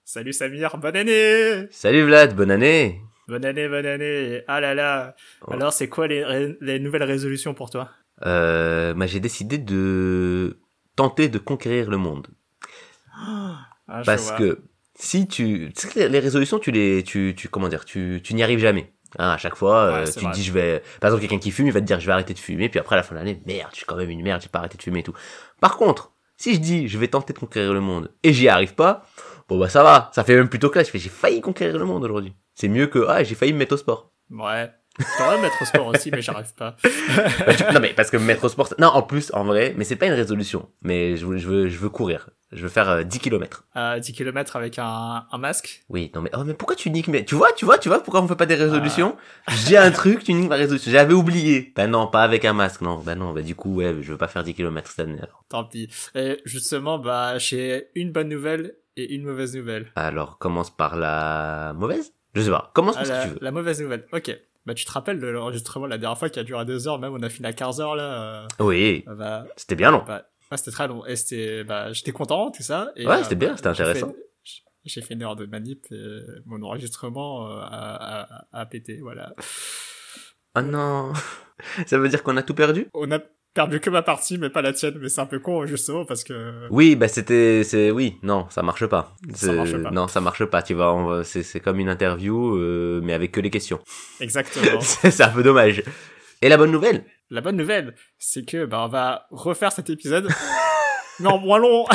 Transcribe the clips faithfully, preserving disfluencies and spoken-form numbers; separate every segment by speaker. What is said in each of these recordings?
Speaker 1: Salut Samir, bonne année.
Speaker 2: Salut Vlad, bonne année.
Speaker 1: Bonne année, bonne année. Ah là là. Oh. Alors, c'est quoi les, ré- les nouvelles résolutions pour toi?
Speaker 2: Euh, bah, j'ai décidé de tenter de conquérir le monde.
Speaker 1: Ah,
Speaker 2: Parce que si tu, tu sais que les résolutions, tu les, tu, tu, comment dire, tu, tu n'y arrives jamais. Hein, à chaque fois,
Speaker 1: ouais,
Speaker 2: euh, tu
Speaker 1: vrai.
Speaker 2: te dis je vais, par exemple, quelqu'un qui fume, il va te dire je vais arrêter de fumer, puis après à la fin de l'année, merde, je suis quand même une merde, j'ai pas arrêté de fumer et tout. Par contre, si je dis je vais tenter de conquérir le monde et j'y arrive pas, bon bah ça va, ça fait même plutôt classe. Je fais j'ai failli conquérir le monde aujourd'hui. C'est mieux que ah j'ai failli me mettre au sport.
Speaker 1: Ouais. Je pourrais me mettre au sport aussi, mais j'arrive pas.
Speaker 2: Bah, tu... Non mais parce que me mettre au sport, non en plus en vrai, mais c'est pas une résolution. Mais je veux, je veux, je veux courir. Je veux faire euh, dix kilomètres.
Speaker 1: Euh, dix kilomètres avec un, un masque.
Speaker 2: Oui, non mais oh mais pourquoi tu niques mais tu vois, tu vois, tu vois pourquoi on fait pas des résolutions euh... J'ai un truc, tu niques ma résolution. J'avais oublié. Bah non, pas avec un masque, non. Bah non, bah du coup ouais, je veux pas faire dix kilomètres cette année alors.
Speaker 1: Tant pis. Et justement, bah j'ai une bonne nouvelle et une mauvaise nouvelle.
Speaker 2: Alors commence par la mauvaise. Je sais pas. Commence par
Speaker 1: ah,
Speaker 2: ce
Speaker 1: la,
Speaker 2: que tu veux.
Speaker 1: La mauvaise nouvelle. Ok. Bah tu te rappelles de l'enregistrement la dernière fois qui a duré deux heures, même on a fini à quinze heures là. Euh...
Speaker 2: Oui.
Speaker 1: Bah,
Speaker 2: c'était bien long.
Speaker 1: Bah, ouais, c'était très long. Et c'était, bah, j'étais content, tout ça. Et,
Speaker 2: ouais, c'était
Speaker 1: euh,
Speaker 2: bien,
Speaker 1: bah,
Speaker 2: c'était intéressant.
Speaker 1: J'ai fait, j'ai fait une heure de manip et mon enregistrement euh, a, a, a pété, voilà.
Speaker 2: Oh non. Ça veut dire qu'on a tout perdu?
Speaker 1: On a perdu que ma partie, mais pas la tienne. Mais c'est un peu con, justement, parce que...
Speaker 2: Oui, bah c'était, c'est, oui, non, ça marche pas.
Speaker 1: Ça marche pas.
Speaker 2: Non, ça marche pas. Tu vas, on va... c'est, c'est comme une interview, euh, mais avec que les questions.
Speaker 1: Exactement.
Speaker 2: c'est, c'est un peu dommage. Et la bonne nouvelle?
Speaker 1: La bonne nouvelle, c'est que, bah, on va refaire cet épisode, mais en moins long.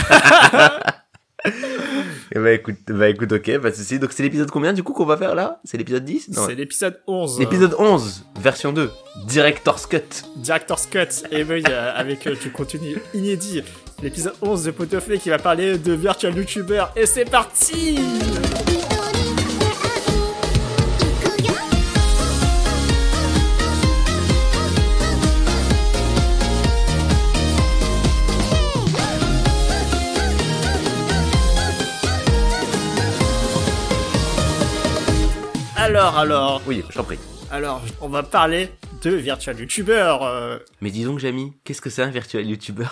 Speaker 2: Et bah écoute, bah écoute, ok, pas de soucis. Donc c'est l'épisode combien du coup qu'on va faire là? C'est l'épisode dix? Non.
Speaker 1: C'est l'épisode onze.
Speaker 2: L'épisode onze, version deux, Director's Cut.
Speaker 1: Director's Cut, et oui, euh, avec euh, du contenu inédit. L'épisode onze de Potoflé qui va parler de Virtual YouTuber, et c'est parti! Alors, alors...
Speaker 2: Oui, je t'en prie.
Speaker 1: Alors, on va parler de Virtual YouTuber. Euh...
Speaker 2: Mais dis donc, Jamy, qu'est-ce que c'est un Virtual YouTuber?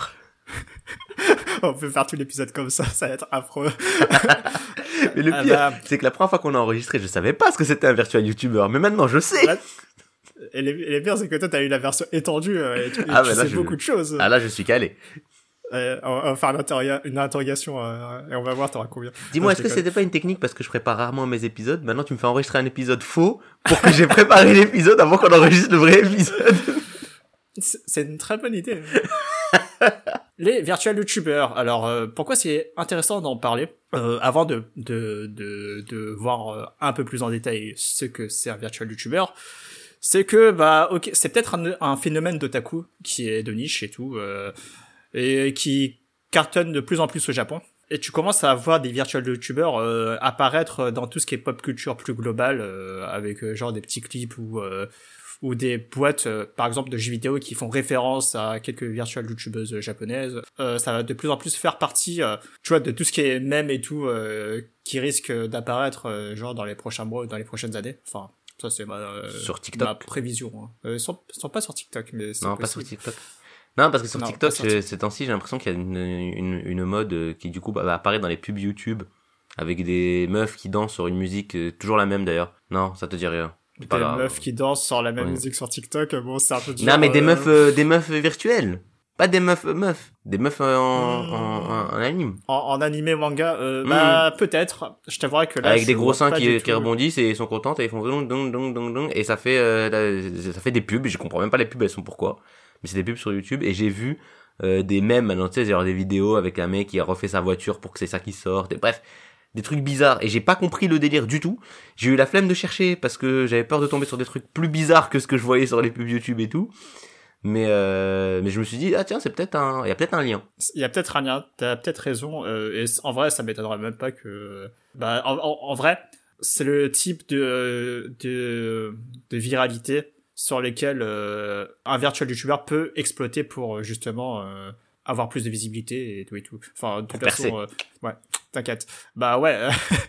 Speaker 1: On peut faire tout l'épisode comme ça, ça va être affreux.
Speaker 2: Mais le
Speaker 1: ah
Speaker 2: pire,
Speaker 1: bah...
Speaker 2: c'est que la première fois qu'on a enregistré, je savais pas ce que c'était un Virtual YouTuber, mais maintenant je sais.
Speaker 1: Là... Et le pire, c'est que toi, t'as eu la version étendue euh, et tu,
Speaker 2: ah,
Speaker 1: et tu
Speaker 2: là,
Speaker 1: sais
Speaker 2: je...
Speaker 1: beaucoup de choses.
Speaker 2: Ah là, je suis calé.
Speaker 1: Euh, on va faire une, interroga- une interrogation euh, et on va voir t'auras combien.
Speaker 2: Dis-moi, est-ce que c'était pas une technique parce que je prépare rarement mes épisodes? Maintenant, tu me fais enregistrer un épisode faux pour que j'ai préparé l'épisode avant qu'on enregistre le vrai épisode.
Speaker 1: C'est une très bonne idée. Les virtual YouTubers. Alors, euh, pourquoi c'est intéressant d'en parler euh, avant de de de de voir euh, un peu plus en détail ce que c'est un virtual YouTuber? C'est que bah ok, c'est peut-être un, un phénomène d'otaku qui est de niche et tout. Euh, et qui cartonne de plus en plus au Japon. Et tu commences à voir des virtual YouTubers euh, apparaître dans tout ce qui est pop culture plus globale, euh, avec euh, genre des petits clips ou euh, ou des boîtes, euh, par exemple de jeux vidéo qui font référence à quelques virtual YouTubeuses japonaises. Euh, ça va de plus en plus faire partie, euh, tu vois, de tout ce qui est mème et tout, euh, qui risque d'apparaître euh, genre dans les prochains mois ou dans les prochaines années. Enfin, ça c'est ma, euh,
Speaker 2: sur TikTok.
Speaker 1: ma prévision. Hein. Euh, ils sont, ils sont pas sur TikTok, mais c'est
Speaker 2: non,
Speaker 1: possible.
Speaker 2: pas sur TikTok. Non, parce que sur
Speaker 1: non,
Speaker 2: TikTok,
Speaker 1: sur TikTok.
Speaker 2: ces temps-ci, j'ai l'impression qu'il y a une, une, une mode qui, du coup, va apparaître dans les pubs YouTube, avec des meufs qui dansent sur une musique, euh, toujours la même d'ailleurs. Non, ça te dit rien.
Speaker 1: Des
Speaker 2: grave.
Speaker 1: meufs qui dansent sur la même
Speaker 2: oui.
Speaker 1: musique sur TikTok, bon, c'est un peu dur.
Speaker 2: Non, mais des
Speaker 1: euh...
Speaker 2: meufs, euh, des meufs virtuelles. Pas des meufs, euh, meufs. Des meufs euh, en,
Speaker 1: mmh.
Speaker 2: en, en, en anime.
Speaker 1: En, en animé, manga, euh, mmh. bah, peut-être. Je t'avouerais que là,
Speaker 2: avec des gros seins qui, qui
Speaker 1: tout...
Speaker 2: rebondissent et ils sont contents et ils font dong, dong, dong, dong, dong, et ça fait, euh, ça fait des pubs, je comprends même pas les pubs, elles sont pourquoi. Mais c'est des pubs sur YouTube et j'ai vu, Euh, des mèmes maintenant, tu sais, genre des vidéos avec un mec qui a refait sa voiture pour que c'est ça qui sorte, et bref, des trucs bizarres, et j'ai pas compris le délire du tout. J'ai eu la flemme de chercher, parce que j'avais peur de tomber sur des trucs plus bizarres que ce que je voyais sur les pubs YouTube et tout, mais euh, mais je me suis dit, ah tiens, c'est peut-être un, il y a peut-être un lien.
Speaker 1: Il y a peut-être un lien, t'as peut-être raison, euh, et en vrai, ça m'étonnerait même pas que, bah, en, en, en vrai, c'est le type de, de, de viralité sur lesquels euh, un virtual YouTuber peut exploiter pour justement euh, avoir plus de visibilité et tout et tout. Enfin, de toute façon, euh, ouais, t'inquiète. Bah ouais,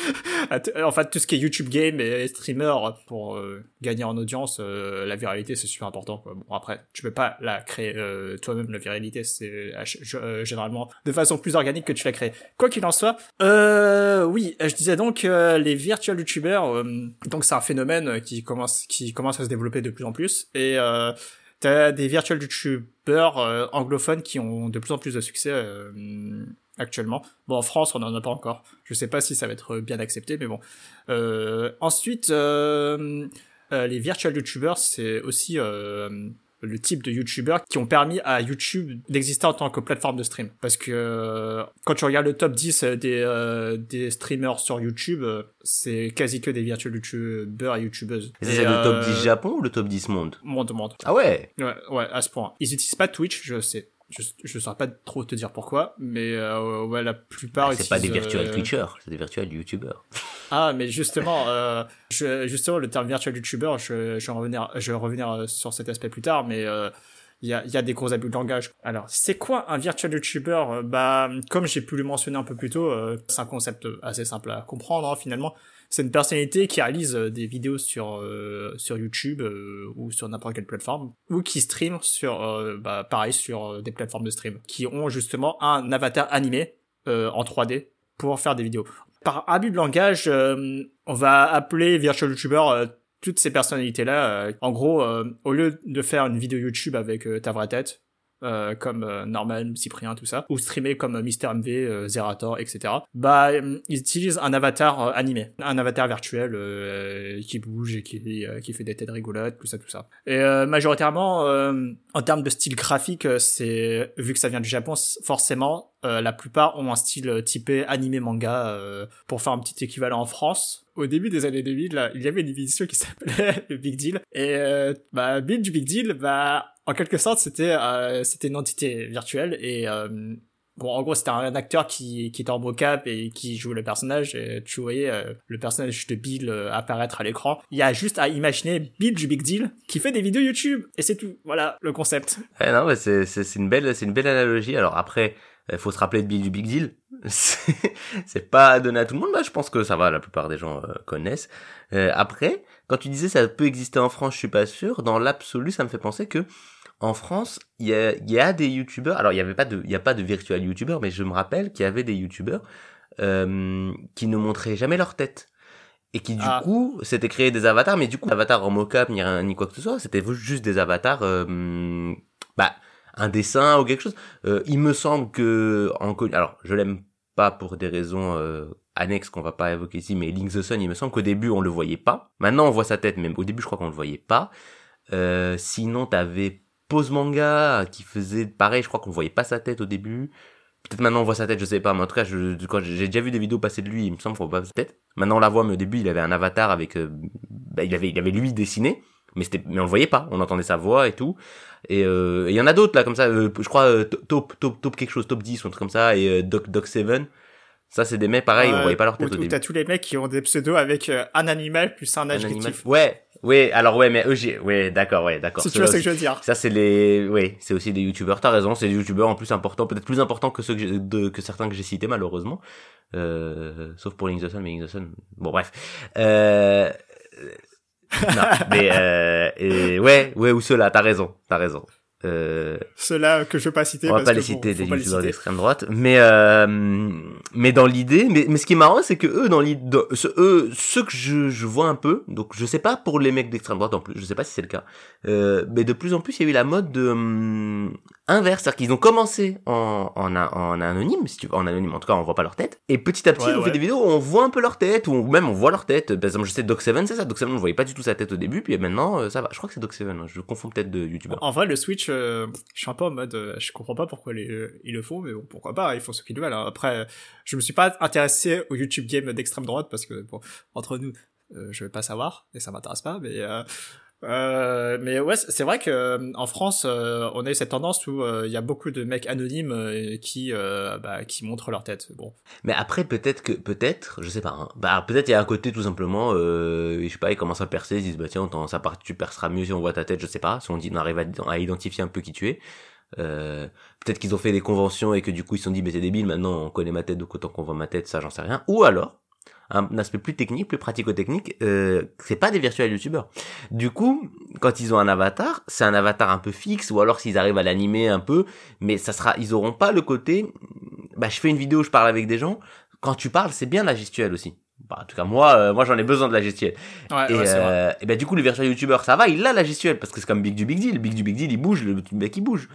Speaker 1: En fait, tout ce qui est YouTube game et streamer pour euh, gagner en audience, euh, la viralité c'est super important, quoi. Bon, après, tu peux pas la créer euh, toi-même, la viralité, c'est euh, généralement de façon plus organique que tu la crées. Quoi qu'il en soit, euh, oui, je disais donc euh, les virtual YouTubers, euh, donc c'est un phénomène qui commence qui commence à se développer de plus en plus, et euh, t'as des virtual YouTubers euh, anglophones qui ont de plus en plus de succès euh, actuellement. Bon, en France, on en a pas encore. Je sais pas si ça va être bien accepté, mais bon. Euh, ensuite, euh, euh, les virtual YouTubers, c'est aussi euh, le type de YouTubers qui ont permis à YouTube d'exister en tant que plateforme de stream. Parce que euh, quand tu regardes le top dix des, euh, des streamers sur YouTube, euh, c'est quasi que des virtual YouTubers et YouTubeuses.
Speaker 2: Et ça, c'est euh, le top dix Japon ou le top dix monde?
Speaker 1: Monde, monde.
Speaker 2: Ah ouais?
Speaker 1: Ouais, ouais, à ce point. Ils utilisent pas Twitch, je sais. Je, je saurais pas trop te dire pourquoi, mais euh, ouais, la plupart.
Speaker 2: Bah, c'est pas des virtual
Speaker 1: euh...
Speaker 2: Twitchers, c'est des virtual YouTubers.
Speaker 1: Ah, mais justement, euh, je, justement, le terme virtual YouTuber, je, je vais revenir, je vais revenir sur cet aspect plus tard, mais euh, il y a, il y a des gros abus de langage. Alors, c'est quoi un virtual YouTuber? Bah, comme j'ai pu le mentionner un peu plus tôt, euh, c'est un concept assez simple à comprendre, hein, finalement. C'est une personnalité qui réalise des vidéos sur euh, sur YouTube euh, ou sur n'importe quelle plateforme, ou qui stream sur euh, bah pareil sur euh, des plateformes de stream, qui ont justement un avatar animé euh, en trois D pour faire des vidéos. Par abus de langage, euh, on va appeler virtual YouTuber euh, toutes ces personnalités-là. Euh, en gros, euh, au lieu de faire une vidéo YouTube avec euh, ta vraie tête, Euh, comme euh, Norman, Cyprien, tout ça, ou streamer comme euh, Mister M V, euh, Zerator, et cetera. Bah, euh, ils utilisent un avatar euh, animé, un avatar virtuel euh, qui bouge et qui euh, qui fait des têtes rigolotes, tout ça, tout ça. Et euh, majoritairement, euh, en termes de style graphique, c'est vu que ça vient du Japon, forcément, euh, la plupart ont un style typé animé manga. Euh, pour faire un petit équivalent en France, au début des années deux mille, là, il y avait une émission qui s'appelait le Big Deal, et euh, bah, Bill du Big Deal, bah en quelque sorte, c'était euh, c'était une entité virtuelle, et euh, bon, en gros, c'était un acteur qui qui était en mocap et qui jouait le personnage, et tu voyais euh, le personnage de Bill euh, apparaître à l'écran. Il y a juste à imaginer Bill du Big Deal qui fait des vidéos YouTube, et c'est tout. Voilà le concept.
Speaker 2: Ouais, non, mais c'est c'est c'est une belle c'est une belle analogie. Alors après, il faut se rappeler de Bill du Big Deal. C'est, c'est pas donné à tout le monde. Là, je pense que ça va, la plupart des gens euh, connaissent. Euh, après, quand tu disais ça peut exister en France, je suis pas sûr. Dans l'absolu, ça me fait penser que en France, il y a, il y a des youtubeurs. Alors, il y avait pas de, il y a pas de virtual youtubeurs, mais je me rappelle qu'il y avait des youtubeurs euh, qui ne montraient jamais leur tête et qui du ah. coup s'étaient créés des avatars, mais du coup, avatars en mocap ni rien ni quoi que ce soit, c'était juste des avatars. Euh, bah, un dessin ou quelque chose. Euh, il me semble que, en, alors, je l'aime pas pour des raisons euh, annexes qu'on va pas évoquer ici, mais Link the Sun, il me semble qu'au début on le voyait pas. Maintenant on voit sa tête, mais au début je crois qu'on le voyait pas. Euh, sinon t'avais Pose Manga qui faisait pareil, je crois qu'on voyait pas sa tête au début. Peut-être maintenant on voit sa tête, je sais pas, mais en tout cas, je, quand j'ai déjà vu des vidéos passer de lui, il me semble qu'on voit pas sa tête. Maintenant on la voit, mais au début il avait un avatar avec, euh, bah, il avait, il avait lui dessiné, mais c'était, mais on le voyait pas, on entendait sa voix et tout. Et il euh, y en a d'autres là comme ça, euh, je crois euh, top top top quelque chose, top dix ou un truc comme ça, et euh, Doc Doc seven. Ça c'est des mecs pareil, euh, on voyait pas leur tête
Speaker 1: où,
Speaker 2: au début.
Speaker 1: Où t'as tous les mecs qui ont des pseudos avec euh, un animal plus un adjectif.
Speaker 2: Ouais. Ouais, alors ouais, mais eux, j'ai, ouais, d'accord, ouais, d'accord.
Speaker 1: Si tu vois ce que je veux dire.
Speaker 2: Ça, c'est les, ouais, c'est aussi des youtubeurs. T'as raison, c'est des youtubeurs en plus importants, peut-être plus importants que ceux que j'ai, de, que certains que j'ai cités, malheureusement. Euh, sauf pour Link the Sun, mais Link the Sun, bon, bref. Euh, non, mais, euh, et ouais, ouais, ou ceux-là, t'as raison, t'as raison. Euh,
Speaker 1: ceux-là que je veux pas citer.
Speaker 2: On va
Speaker 1: parce
Speaker 2: pas
Speaker 1: que
Speaker 2: les citer,
Speaker 1: bon,
Speaker 2: des
Speaker 1: youtubeurs
Speaker 2: d'extrême droite, mais euh, mais dans l'idée, mais mais ce qui est marrant, c'est que eux dans l'idée, ceux, eux, ceux que je je vois un peu, donc je sais pas pour les mecs d'extrême droite en plus, je sais pas si c'est le cas, euh, mais de plus en plus il y a eu la mode de um, inverse, c'est-à-dire qu'ils ont commencé en en en anonyme, si tu veux, en anonyme, en tout cas on voit pas leur tête, et petit à petit ouais, on ouais. fait des vidéos où on voit un peu leur tête, ou même on voit leur tête. Par exemple, je sais Doc seven, c'est ça, Doc seven on voyait pas du tout sa tête au début, puis maintenant ça va. Je crois que c'est Doc seven, je confonds peut-être de youtubeur.
Speaker 1: En vrai, le Switch, euh, je suis un peu en mode, euh, je comprends pas pourquoi les, euh, ils le font, mais bon, pourquoi pas, ils font ce qu'ils veulent. Hein. Après, je me suis pas intéressé au YouTube game d'extrême droite parce que, bon, entre nous, euh, je vais pas savoir, et ça m'intéresse pas, mais, euh, euh, mais ouais, c'est vrai que en France, euh, on a eu cette tendance où il euh, y a beaucoup de mecs anonymes euh, qui, euh, bah, qui montrent leur tête. Bon.
Speaker 2: Mais après, peut-être que, peut-être, je sais pas. Hein, bah, peut-être il y a un côté tout simplement, euh, je sais pas, ils commencent à percer, ils disent bah tiens, ça part, tu perceras mieux si on voit ta tête, je sais pas, si on dit, on arrive à, à identifier un peu qui tu es. Euh, peut-être qu'ils ont fait des conventions et que du coup ils se sont dit mais c'est débile, maintenant on connaît ma tête, donc autant qu'on voit ma tête, ça j'en sais rien. Ou alors, un aspect plus technique, plus pratico-technique, euh, c'est pas des virtual youtubeurs. Du coup, quand ils ont un avatar, c'est un avatar un peu fixe, ou alors s'ils arrivent à l'animer un peu, mais ça sera, ils auront pas le côté, bah je fais une vidéo, je parle avec des gens. Quand tu parles, c'est bien la gestuelle aussi. Bah, en tout cas, moi, euh, moi, j'en ai besoin de la gestuelle.
Speaker 1: Ouais,
Speaker 2: et,
Speaker 1: ouais, c'est
Speaker 2: euh,
Speaker 1: vrai.
Speaker 2: et ben, du coup, le virtual YouTuber, ça va, il a la gestuelle, parce que c'est comme Big du Big Deal. Big du Big Deal, il bouge, le mec, il bouge.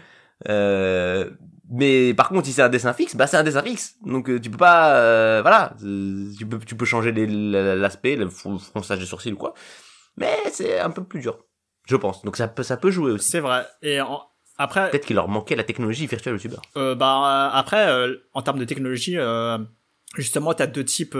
Speaker 2: Euh, mais par contre, si c'est un dessin fixe, bah, c'est un dessin fixe. Donc, euh, tu peux pas, euh, voilà, euh, tu peux, tu peux changer les, l'aspect, le fronçage des sourcils ou quoi. Mais c'est un peu plus dur, je pense. Donc, ça peut, ça peut jouer aussi.
Speaker 1: C'est vrai. Et en... après.
Speaker 2: Peut-être qu'il leur manquait la technologie virtual YouTuber.
Speaker 1: Euh, bah, après, euh, en termes de technologie, euh, justement, t'as deux types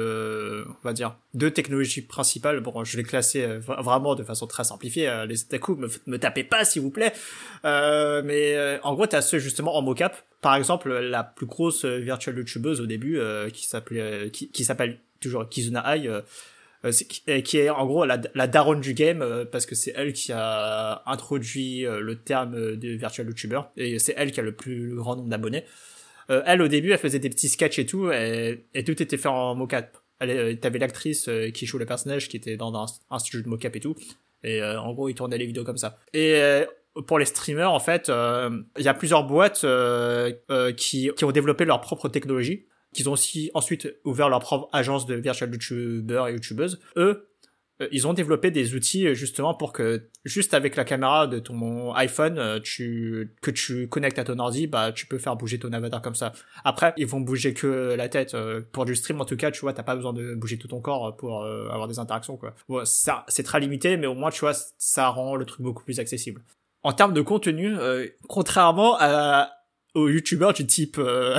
Speaker 1: de, on va dire, deux technologies principales. Bon, je vais classer euh, vraiment de façon très simplifiée. Euh, les otaku, me, me tapez pas, s'il vous plaît. Euh, mais euh, en gros, t'as ceux justement en mocap. Par exemple, la plus grosse virtual youtubeuse au début, euh, qui s'appelait, euh, qui, qui s'appelle toujours Kizuna Ai, euh, euh, c'est, qui est en gros la, la daronne du game, euh, parce que c'est elle qui a introduit euh, le terme de virtual youtuber, et c'est elle qui a le plus grand nombre d'abonnés. Euh, elle, au début, elle faisait des petits sketchs et tout, et, et tout était fait en mocap. Elle, euh, t'avais l'actrice euh, qui joue le personnage qui était dans un, un studio de mocap et tout, et euh, en gros, ils tournaient les vidéos comme ça. Et euh, pour les streamers, en fait, il euh, y a plusieurs boîtes euh, euh, qui, qui ont développé leur propre technologie, qu'ils ont aussi ensuite ouvert leur propre agence de virtual youtubeurs et youtubeuses. Eux, ils ont développé des outils justement pour que juste avec la caméra de ton iPhone, tu que tu connectes à ton ordi, bah tu peux faire bouger ton avatar comme ça. Après, ils vont bouger que la tête. Pour du stream, en tout cas, tu vois, t'as pas besoin de bouger tout ton corps pour euh, avoir des interactions, quoi. Bon, ça, c'est très limité, mais au moins, tu vois, ça rend le truc beaucoup plus accessible. En termes de contenu, euh, contrairement à aux youtubeurs du type euh,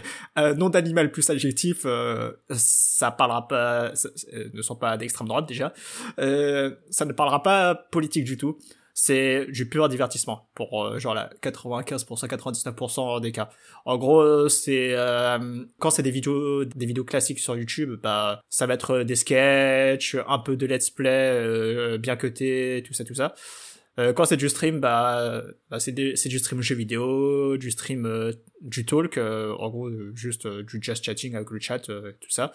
Speaker 1: nom d'animal plus adjectif, euh, ça parlera pas, ça, euh, ne sont pas d'extrême droite déjà, euh, ça ne parlera pas politique du tout. C'est du pur divertissement pour euh, genre la quatre-vingt-quinze pour cent, quatre-vingt-dix-neuf pour cent des cas. En gros, c'est euh, quand c'est des vidéos, des vidéos classiques sur YouTube, bah ça va être des sketchs, un peu de let's play euh, bien cuté, tout ça, tout ça. Euh, quand c'est du stream, bah, bah c'est, des, c'est du stream jeu vidéo, du stream euh, du talk, euh, en gros euh, juste euh, du just chatting avec le chat, euh, tout ça.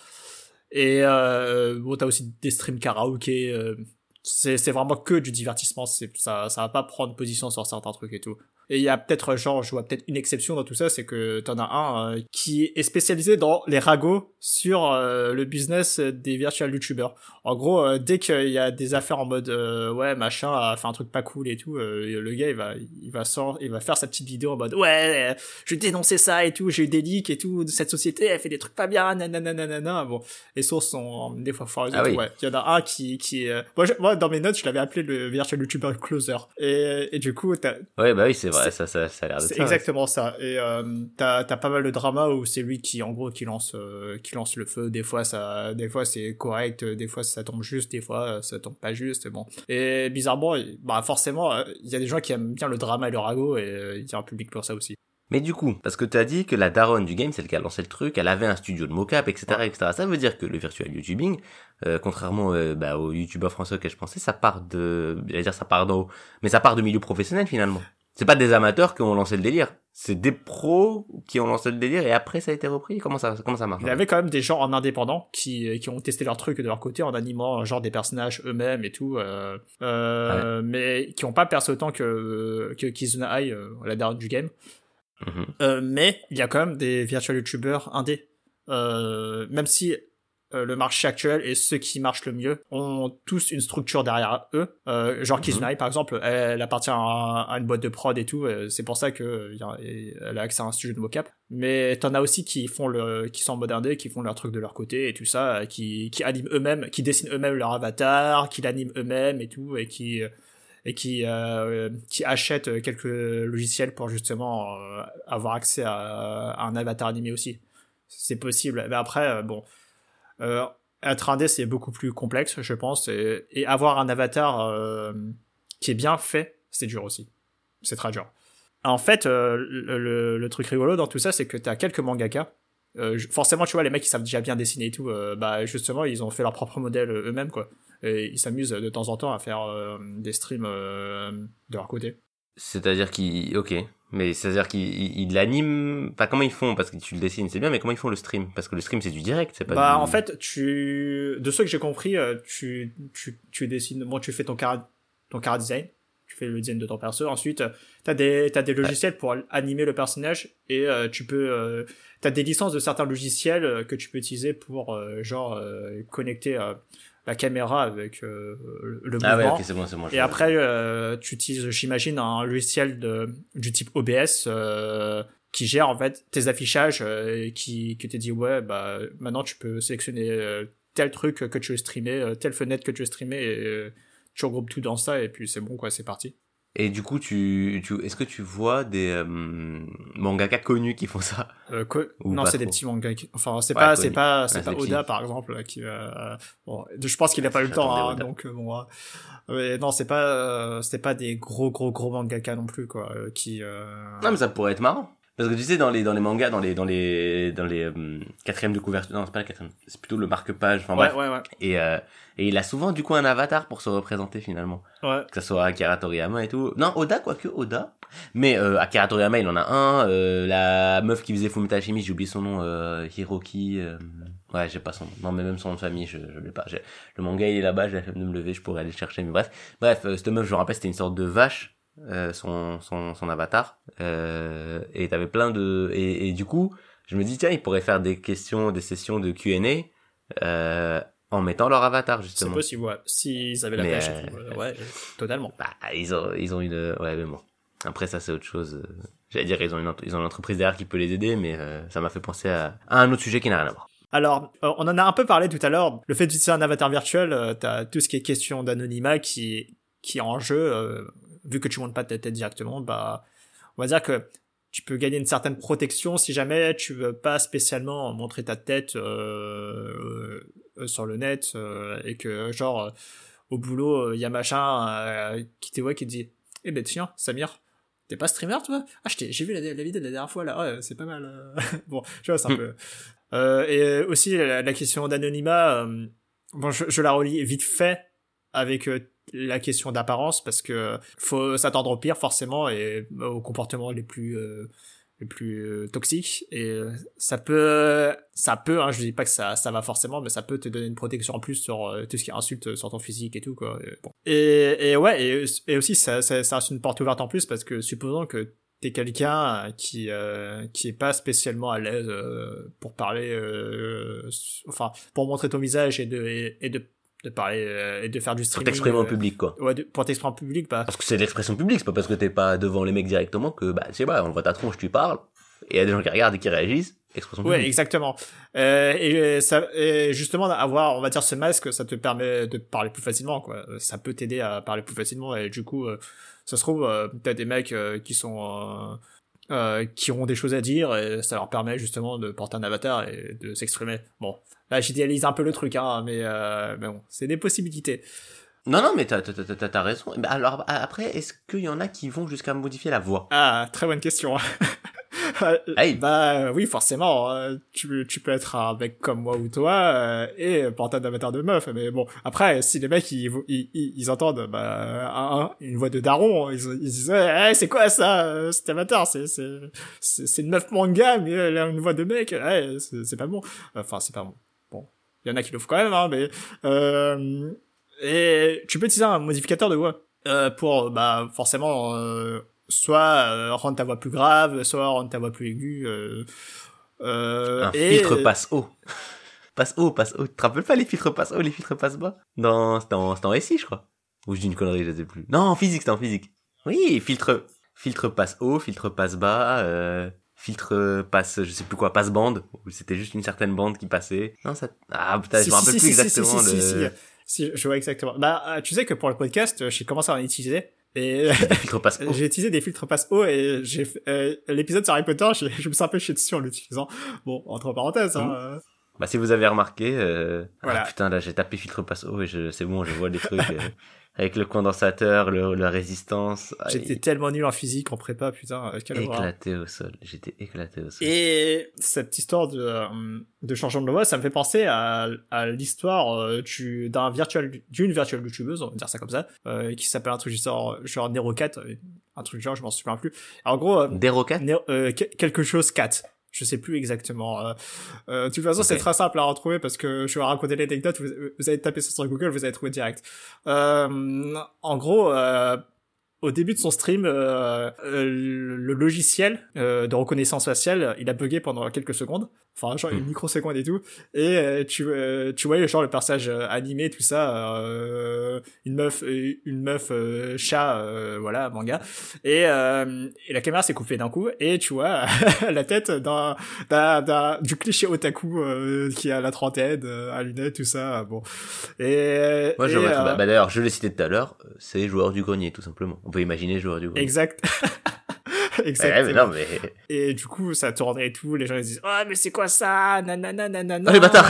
Speaker 1: Et euh, bon, t'as aussi des streams karaoké. Euh, c'est c'est vraiment que du divertissement. C'est ça ça va pas prendre position sur certains trucs et tout. Et il y a peut-être genre je vois peut-être une exception dans tout ça, c'est que t'en as un euh, qui est spécialisé dans les ragots sur euh, le business des virtual youtubers. En gros, euh, dès qu'il y a des affaires en mode euh, ouais machin a fait un truc pas cool et tout, euh, le gars il va il va sort, il va faire sa petite vidéo en mode ouais je dénonçais ça et tout, j'ai eu des leaks et tout, cette société elle fait des trucs pas bien, nanana nanana. Bon, les sources sont des fois foireuses. Ah oui. Ouais, il y en a un qui qui euh... moi, je, moi dans mes notes je l'avais appelé le virtual youtuber closer. Et et du coup t'as
Speaker 2: ouais bah oui c'est vrai. Ouais, ça, ça, ça a l'air de
Speaker 1: c'est
Speaker 2: ça,
Speaker 1: exactement ouais. ça. Et euh, t'as, t'as pas mal de drama où c'est lui qui, en gros, qui lance, euh, qui lance le feu. Des fois, ça, des fois c'est correct, des fois ça tombe juste, des fois ça tombe pas juste. Bon. Et bizarrement, bah forcément, il y a des gens qui aiment bien le drama et le ragot, et il y a un public pour ça aussi.
Speaker 2: Mais du coup, parce que t'as dit que la daronne du game, celle qui a lancé le truc, elle avait un studio de mocap, et cetera, ouais. et cetera. Ça veut dire que le virtual YouTubing, euh, contrairement euh, bah, aux youtubeurs français auxquels je pensais, ça part de, j'allais dire ça part d'en haut, mais ça part de milieu professionnel finalement. C'est pas des amateurs qui ont lancé le délire, c'est des pros qui ont lancé le délire et après ça a été repris. Comment ça, comment ça marche?
Speaker 1: Il y avait quand même des gens en indépendant qui qui ont testé leur truc de leur côté en animant genre des personnages eux-mêmes et tout, euh, euh, ouais. mais qui ont pas percé autant que que Kizuna Ai, euh, la daronne du game. Mm-hmm. Euh, mais il y a quand même des virtual youtubeurs indés, euh, même si euh, le marché actuel et ceux qui marchent le mieux ont tous une structure derrière eux. Euh, genre mm-hmm. Kizuna Ai par exemple, elle, elle appartient à, à une boîte de prod et tout. Euh, c'est pour ça que euh, elle a accès à un studio de mocap. Mais t'en as aussi qui font le, qui sont en mode indé, qui font leur truc de leur côté et tout ça, qui qui animent eux-mêmes, qui dessinent eux-mêmes leur avatar, qui l'animent eux-mêmes et tout, et qui et qui euh, qui achètent quelques logiciels pour justement euh, avoir accès à, à un avatar animé aussi. C'est possible. Mais après, euh, bon, euh, être indé c'est beaucoup plus complexe, je pense, et, et avoir un avatar euh, qui est bien fait, c'est dur aussi. C'est très dur. En fait, euh, le, le, le truc rigolo dans tout ça, c'est que t'as quelques mangaka. Euh, forcément, tu vois, les mecs qui savent déjà bien dessiner et tout, euh, bah justement, ils ont fait leur propre modèle eux-mêmes, quoi. Et ils s'amusent de temps en temps à faire euh, des streams euh, de leur côté.
Speaker 2: C'est-à-dire qu'ils... Ok. Mais c'est-à-dire qu'ils l'animent... Enfin, comment ils font? Parce que tu le dessines, c'est bien, mais comment ils font le stream? Parce que le stream, c'est du direct, c'est pas
Speaker 1: bah,
Speaker 2: du...
Speaker 1: en fait, tu... De ce que j'ai compris, tu, tu, tu dessines... Bon, tu fais ton cara... ton cara design. Tu fais le design de ton perso. Ensuite, t'as des, t'as des logiciels ouais. pour animer le personnage et euh, tu peux... Euh, t'as des licences de certains logiciels que tu peux utiliser pour, euh, genre, euh, connecter... Euh, la caméra avec euh, le mouvement.
Speaker 2: Ah ouais, ok, c'est bon, c'est bon.
Speaker 1: Et après, euh, tu utilises, j'imagine, un logiciel de, du type O B S euh, qui gère en fait tes affichages euh, et qui, qui te dit ouais, bah maintenant tu peux sélectionner euh, tel truc que tu veux streamer, euh, telle fenêtre que tu veux streamer, et euh, tu regroupes tout dans ça et puis c'est bon quoi, c'est parti.
Speaker 2: Et du coup, tu, tu, est-ce que tu vois des euh, mangaka connus qui font ça?
Speaker 1: euh, co- Non, c'est trop. Des petits mangas. Enfin, c'est
Speaker 2: ouais,
Speaker 1: pas,
Speaker 2: connu.
Speaker 1: c'est pas, c'est
Speaker 2: ouais,
Speaker 1: pas Oda par exemple là, qui. Euh, bon, je pense qu'il a pas eu le temps, hein, donc euh, bon. Euh, mais non, c'est pas, euh, c'est pas des gros, gros, gros mangaka non plus quoi, euh, qui. Euh...
Speaker 2: Non, mais ça pourrait être marrant. Parce que tu sais, dans les, dans les mangas, dans les, dans les, dans les, euh, quatrièmes de couverture, non, c'est pas la quatrième, c'est plutôt le marque-page, enfin
Speaker 1: ouais,
Speaker 2: bref.
Speaker 1: Ouais, ouais.
Speaker 2: Et, euh, et il a souvent, du coup, un avatar pour se représenter, finalement.
Speaker 1: Ouais.
Speaker 2: Que ça soit Akira Toriyama et tout. Non, Oda, quoique, Oda. Mais, euh, Akira Toriyama, il en a un, euh, la meuf qui faisait Fumita Hashimi, j'ai oublié son nom, euh, Hiroki, euh, ouais, j'ai pas son nom. Non, mais même son nom de famille, je, je l'ai pas. J'ai... Le manga, il est là-bas, j'ai la flemme de me lever, je pourrais aller le chercher, mais bref. Bref, euh, cette meuf, je me rappelle, c'était une sorte de vache. Euh, son son son avatar euh, et t'avais plein de et, et du coup je me dis tiens ils pourraient faire des questions des sessions de Q and A euh, en mettant leur avatar justement.
Speaker 1: C'est possible ouais s'ils avaient la pêche
Speaker 2: euh,
Speaker 1: et tout euh, ouais totalement.
Speaker 2: Bah ils ont ils ont une ouais mais bon après ça c'est autre chose, j'allais dire ils ont une ils ont une entreprise derrière qui peut les aider mais euh, ça m'a fait penser à, à un autre sujet qui n'a rien à voir.
Speaker 1: Alors, euh, on en a un peu parlé tout à l'heure, le fait d'utiliser un avatar virtuel, euh, t'as tout ce qui est question d'anonymat qui qui est en jeu. Euh, vu que tu montes pas ta tête directement, bah, on va dire que tu peux gagner une certaine protection si jamais tu veux pas spécialement montrer ta tête euh, euh, sur le net euh, et que genre euh, au boulot il euh, y a machin euh, qui te voit qui te dit eh ben tiens Samir t'es pas streamer toi ah j'ai vu la, la vidéo de la dernière fois là ouais c'est pas mal euh... bon tu vois c'est un peu euh, et aussi la, la question d'anonymat euh, bon je, je la relie vite fait avec euh, la question d'apparence parce que faut s'attendre au pire forcément et aux comportements les plus euh, les plus euh, toxiques et euh, ça peut ça peut hein, je dis pas que ça ça va forcément mais ça peut te donner une protection en plus sur euh, tout ce qui insulte sur ton physique et tout quoi et, bon. et, et ouais et, et aussi ça, ça ça reste une porte ouverte en plus parce que supposons que t'es quelqu'un qui euh, qui est pas spécialement à l'aise euh, pour parler euh, enfin pour montrer ton visage et de et, et de de parler euh, et de faire du streaming.
Speaker 2: Pour t'exprimer
Speaker 1: euh,
Speaker 2: en public, quoi.
Speaker 1: Ouais, de, pour t'exprimer en public, bah.
Speaker 2: Parce que c'est l'expression publique, c'est pas parce que t'es pas devant les mecs directement que, bah, c'est pas, on voit ta tronche, tu parles, et il y a des gens qui regardent et qui réagissent, expression publique.
Speaker 1: Ouais, exactement. Euh, et ça, et justement, avoir, on va dire, ce masque, ça te permet de parler plus facilement, quoi. Ça peut t'aider à parler plus facilement, et du coup, euh, ça se trouve, euh, t'as des mecs euh, qui sont, euh, euh, qui auront des choses à dire, et ça leur permet justement de porter un avatar et de s'exprimer. Bon. Là, j'idéalise un peu le truc, hein, mais, euh, mais bon, c'est des possibilités.
Speaker 2: Non, non, mais t'as, t'as, t'as, t'as raison. Alors, après, est-ce qu'il y en a qui vont jusqu'à modifier la voix?
Speaker 1: Ah, très bonne question.
Speaker 2: Hey.
Speaker 1: Bah oui, forcément, euh, tu, tu peux être un mec comme moi ou toi euh, et porter un avatar de meuf. Mais bon, après, si les mecs ils, ils, ils, ils entendent bah, un, une voix de daron, ils, ils disent hey, c'est quoi ça, cet avatar, c'est c'est c'est, c'est une meuf manga, mais elle a une voix de mec, hey, c'est, c'est pas bon. Enfin, c'est pas bon. Bon, il y en a qui l'ouvrent quand même, hein, mais euh, et tu peux utiliser un modificateur de voix euh, pour bah forcément. Euh, soit euh, rendre ta voix plus grave, soit rendre ta voix plus aiguë. Euh, euh,
Speaker 2: un
Speaker 1: et...
Speaker 2: filtre passe haut. Passe haut, passe haut. Tu te rappelles pas les filtres passe haut, les filtres passe bas? Non, c'était en, c'était en S I, je crois. Ou je dis une connerie, je sais plus. Non, en physique, c'était en physique. Oui, filtre, filtre passe haut, filtre passe bas, euh, filtre passe, je sais plus quoi, passe bande. C'était juste une certaine bande qui passait. Non, ça, ah, putain,
Speaker 1: si,
Speaker 2: je me rappelle
Speaker 1: si,
Speaker 2: plus
Speaker 1: si,
Speaker 2: exactement
Speaker 1: si, si,
Speaker 2: de...
Speaker 1: si, si, si, je vois exactement. Bah, tu sais que pour le podcast, j'ai commencé à en utiliser. Et
Speaker 2: des filtres passe haut.
Speaker 1: J'ai utilisé des filtres passe haut et j'ai fait, euh, l'épisode sur Harry Potter, je, je me suis un peu chié dessus en l'utilisant. Bon, entre parenthèses, hein. Euh...
Speaker 2: Bah, si vous avez remarqué, euh...
Speaker 1: voilà.
Speaker 2: ah, putain, là, j'ai tapé filtre passe haut et je, c'est bon, je vois des trucs, euh... avec le condensateur, le, la résistance.
Speaker 1: J'étais
Speaker 2: Aïe.
Speaker 1: tellement nul en physique, en prépa, putain, quelle horreur.
Speaker 2: Éclaté au sol. J'étais éclaté au sol.
Speaker 1: Et cette histoire de, euh, de changement de voix, ça me fait penser à, à l'histoire euh, du, d'un virtual, d'une virtuelle youtubeuse, on va dire ça comme ça, euh, qui s'appelle un truc genre, genre Nero quatre, un truc genre, je m'en souviens plus. Alors, en gros, euh,
Speaker 2: Derocat
Speaker 1: Nero, euh, quelque chose quatre. Je sais plus exactement. Euh, euh, de toute façon, okay. C'est très simple à retrouver parce que je vais raconter l'anecdote. Vous, vous allez taper ça sur Google, vous allez trouver direct. Euh, en gros, euh, au début de son stream, euh, euh, le logiciel euh, de reconnaissance faciale, il a bugué pendant quelques secondes. Enfin, genre une microseconde et tout. Et euh, tu euh, tu voyais genre le personnage euh, animé, tout ça, euh, une meuf, une meuf euh, chat, euh, voilà, manga. Et, euh, et la caméra s'est coupée d'un coup. Et tu vois la tête d'un, d'un, d'un du cliché otaku euh, qui a la trentaine, euh, à lunettes, tout ça. Bon. Et
Speaker 2: moi, je
Speaker 1: et,
Speaker 2: vois.
Speaker 1: euh,
Speaker 2: Bah, d'ailleurs, je l'ai cité tout à l'heure. C'est joueur du grenier, tout simplement. On peut imaginer joueur du grenier.
Speaker 1: Exact.
Speaker 2: Exactement. Ouais, mais non, mais...
Speaker 1: Et du coup, ça tournait et tout, les gens ils disent, oh, mais c'est quoi ça? Nanana, nanana.
Speaker 2: Oh, les bâtards!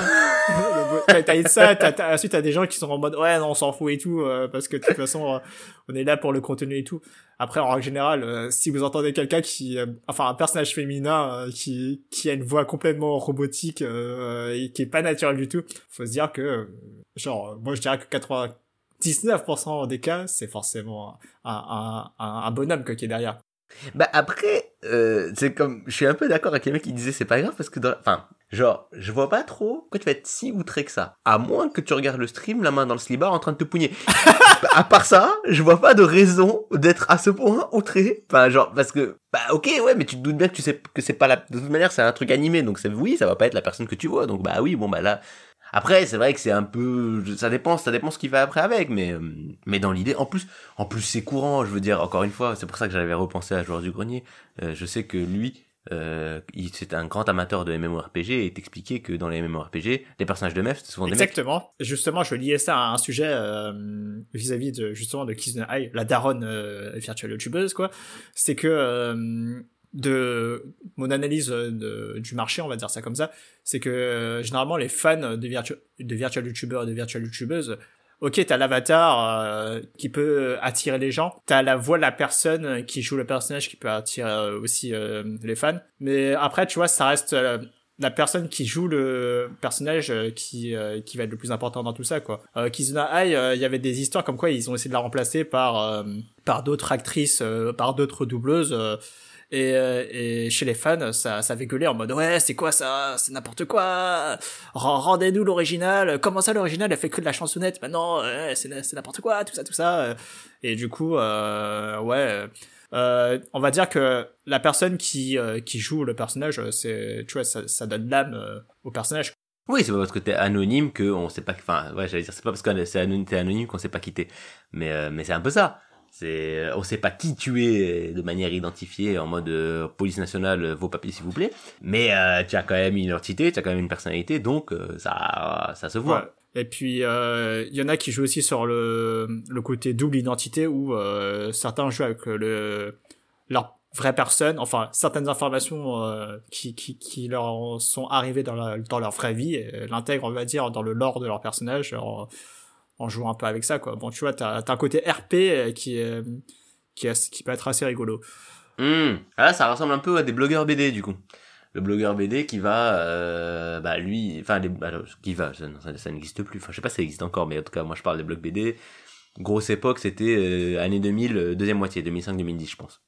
Speaker 1: T'as, t'as ça, t'as, t'as, ensuite t'as des gens qui sont en mode, ouais, non, on s'en fout et tout, euh, parce que de toute façon, euh, on est là pour le contenu et tout. Après, en règle générale, euh, si vous entendez quelqu'un qui, euh, enfin, un personnage féminin, euh, qui, qui a une voix complètement robotique, euh, et qui est pas naturelle du tout, faut se dire que, euh, genre, moi je dirais que quatre-vingt-dix-neuf pour cent des cas, c'est forcément un, un, un, un bonhomme, quoi, qui est derrière.
Speaker 2: Bah après, euh, c'est comme, je suis un peu d'accord avec les mecs qui disaient c'est pas grave parce que dans, enfin, genre, je vois pas trop pourquoi tu vas être si outré que ça. À moins que tu regardes le stream, la main dans le slibard en train de te pougner. À part ça, je vois pas de raison d'être à ce point outré. Enfin, genre, parce que, bah ok, ouais, mais tu te doutes bien que tu sais que c'est pas la, de toute manière c'est un truc animé, donc c'est, oui, ça va pas être la personne que tu vois, donc bah oui, bon bah là. Après, c'est vrai que c'est un peu, ça dépend, ça dépend ce qu'il va après avec, mais, mais dans l'idée, en plus, en plus c'est courant, je veux dire, encore une fois, c'est pour ça que j'avais repensé à Joueur du Grenier, euh, je sais que lui, euh, il, c'est un grand amateur de MMORPG et il t'expliquait que dans les MMORPG, les personnages de meufs, c'est souvent des mecs.
Speaker 1: Exactement. Justement, je liais ça à un sujet, euh, vis-à-vis de, justement, de Kizuna Ai, la daronne, euh, virtuelle youtubeuse, quoi. C'est que, euh, de mon analyse de, du marché, on va dire ça comme ça, c'est que euh, généralement les fans de, virtu- de virtual youtubeurs et de virtual youtubeuses, ok, t'as l'avatar euh, qui peut attirer les gens, t'as la voix de la personne qui joue le personnage qui peut attirer euh, aussi euh, les fans, mais après tu vois ça reste euh, la personne qui joue le personnage euh, qui euh, qui va être le plus important dans tout ça, quoi. Euh, Kizuna Ai, il euh, y avait des histoires comme quoi ils ont essayé de la remplacer par euh, par d'autres actrices, euh, par d'autres doubleuses. Euh, Et, euh, et chez les fans, ça, ça avait gueulé en mode ouais, c'est quoi ça, c'est n'importe quoi. Rendez-nous l'original. Comment ça l'original, elle fait que de la chansonnette. Maintenant, ouais, c'est, c'est n'importe quoi, tout ça, tout ça. Et du coup, euh, ouais, euh, on va dire que la personne qui euh, qui joue le personnage, c'est, tu vois, ça, ça donne l'âme euh, au personnage.
Speaker 2: Oui, c'est pas parce que t'es anonyme que on sait pas, enfin, ouais, j'allais dire, c'est pas parce que c'est anonyme, t'es anonyme qu'on sait pas qui t'es. Mais, euh, mais c'est un peu ça. C'est, on sait pas qui tu es de manière identifiée en mode euh, police nationale, vos papiers s'il vous plaît. Mais euh, tu as quand même une identité, tu as quand même une personnalité, donc euh, ça, ça se voit.
Speaker 1: Ouais. Et puis il euh, y en a qui jouent aussi sur le le côté double identité où euh, certains jouent avec le leur vraie personne, enfin certaines informations euh, qui qui qui leur sont arrivées dans la, dans leur vraie vie et l'intègrent, on va dire, dans le lore de leur personnage. Alors, en jouant un peu avec ça, quoi. Bon, tu vois, t'as, t'as un côté R P qui est, qui est, qui peut être assez rigolo.
Speaker 2: Mmh. Ah là, ça ressemble un peu à des blogueurs B D, du coup. Le blogueur B D qui va, euh, bah, lui, enfin, les, alors, qui va, ça, ça, ça n'existe plus. Enfin, je sais pas si ça existe encore, mais en tout cas, moi, je parle des blogs B D. Grosse époque, c'était, euh, année deux mille, deuxième moitié, deux mille cinq deux mille dix, je pense.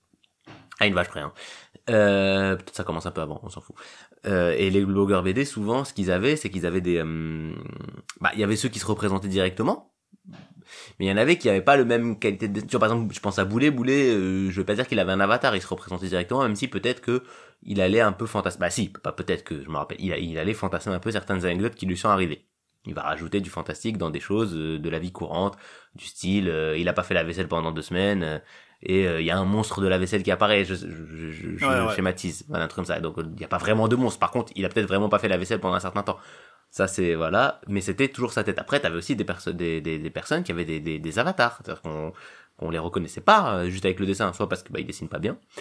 Speaker 2: À une vache près, hein. Euh, peut-être ça commence un peu avant, on s'en fout. Euh, et les blogueurs B D, souvent, ce qu'ils avaient, c'est qu'ils avaient des, euh, bah, il y avait ceux qui se représentaient directement, mais il y en avait qui avaient pas le même qualité de, tu vois, par exemple, je pense à Boulet, Boulet, euh, je veux pas dire qu'il avait un avatar, il se représentait directement, même si peut-être que il allait un peu fantasmer, bah si, pas peut-être que, je me rappelle, il, il allait fantasmer un peu certaines anecdotes qui lui sont arrivées. Il va rajouter du fantastique dans des choses euh, de la vie courante, du style, euh, il a pas fait la vaisselle pendant deux semaines, euh, et il euh, y a un monstre de la vaisselle qui apparaît, je, je, je, je ouais, ouais. schématise, voilà, un truc comme ça. Donc il y a pas vraiment de monstre. Par contre, il a peut-être vraiment pas fait la vaisselle pendant un certain temps. Ça c'est voilà, mais c'était toujours sa tête. Après, t'avais aussi des personnes, des, des, des personnes qui avaient des, des, des avatars, c'est-à-dire qu'on qu'on les reconnaissait pas euh, juste avec le dessin, soit parce que bah ils dessinent pas bien,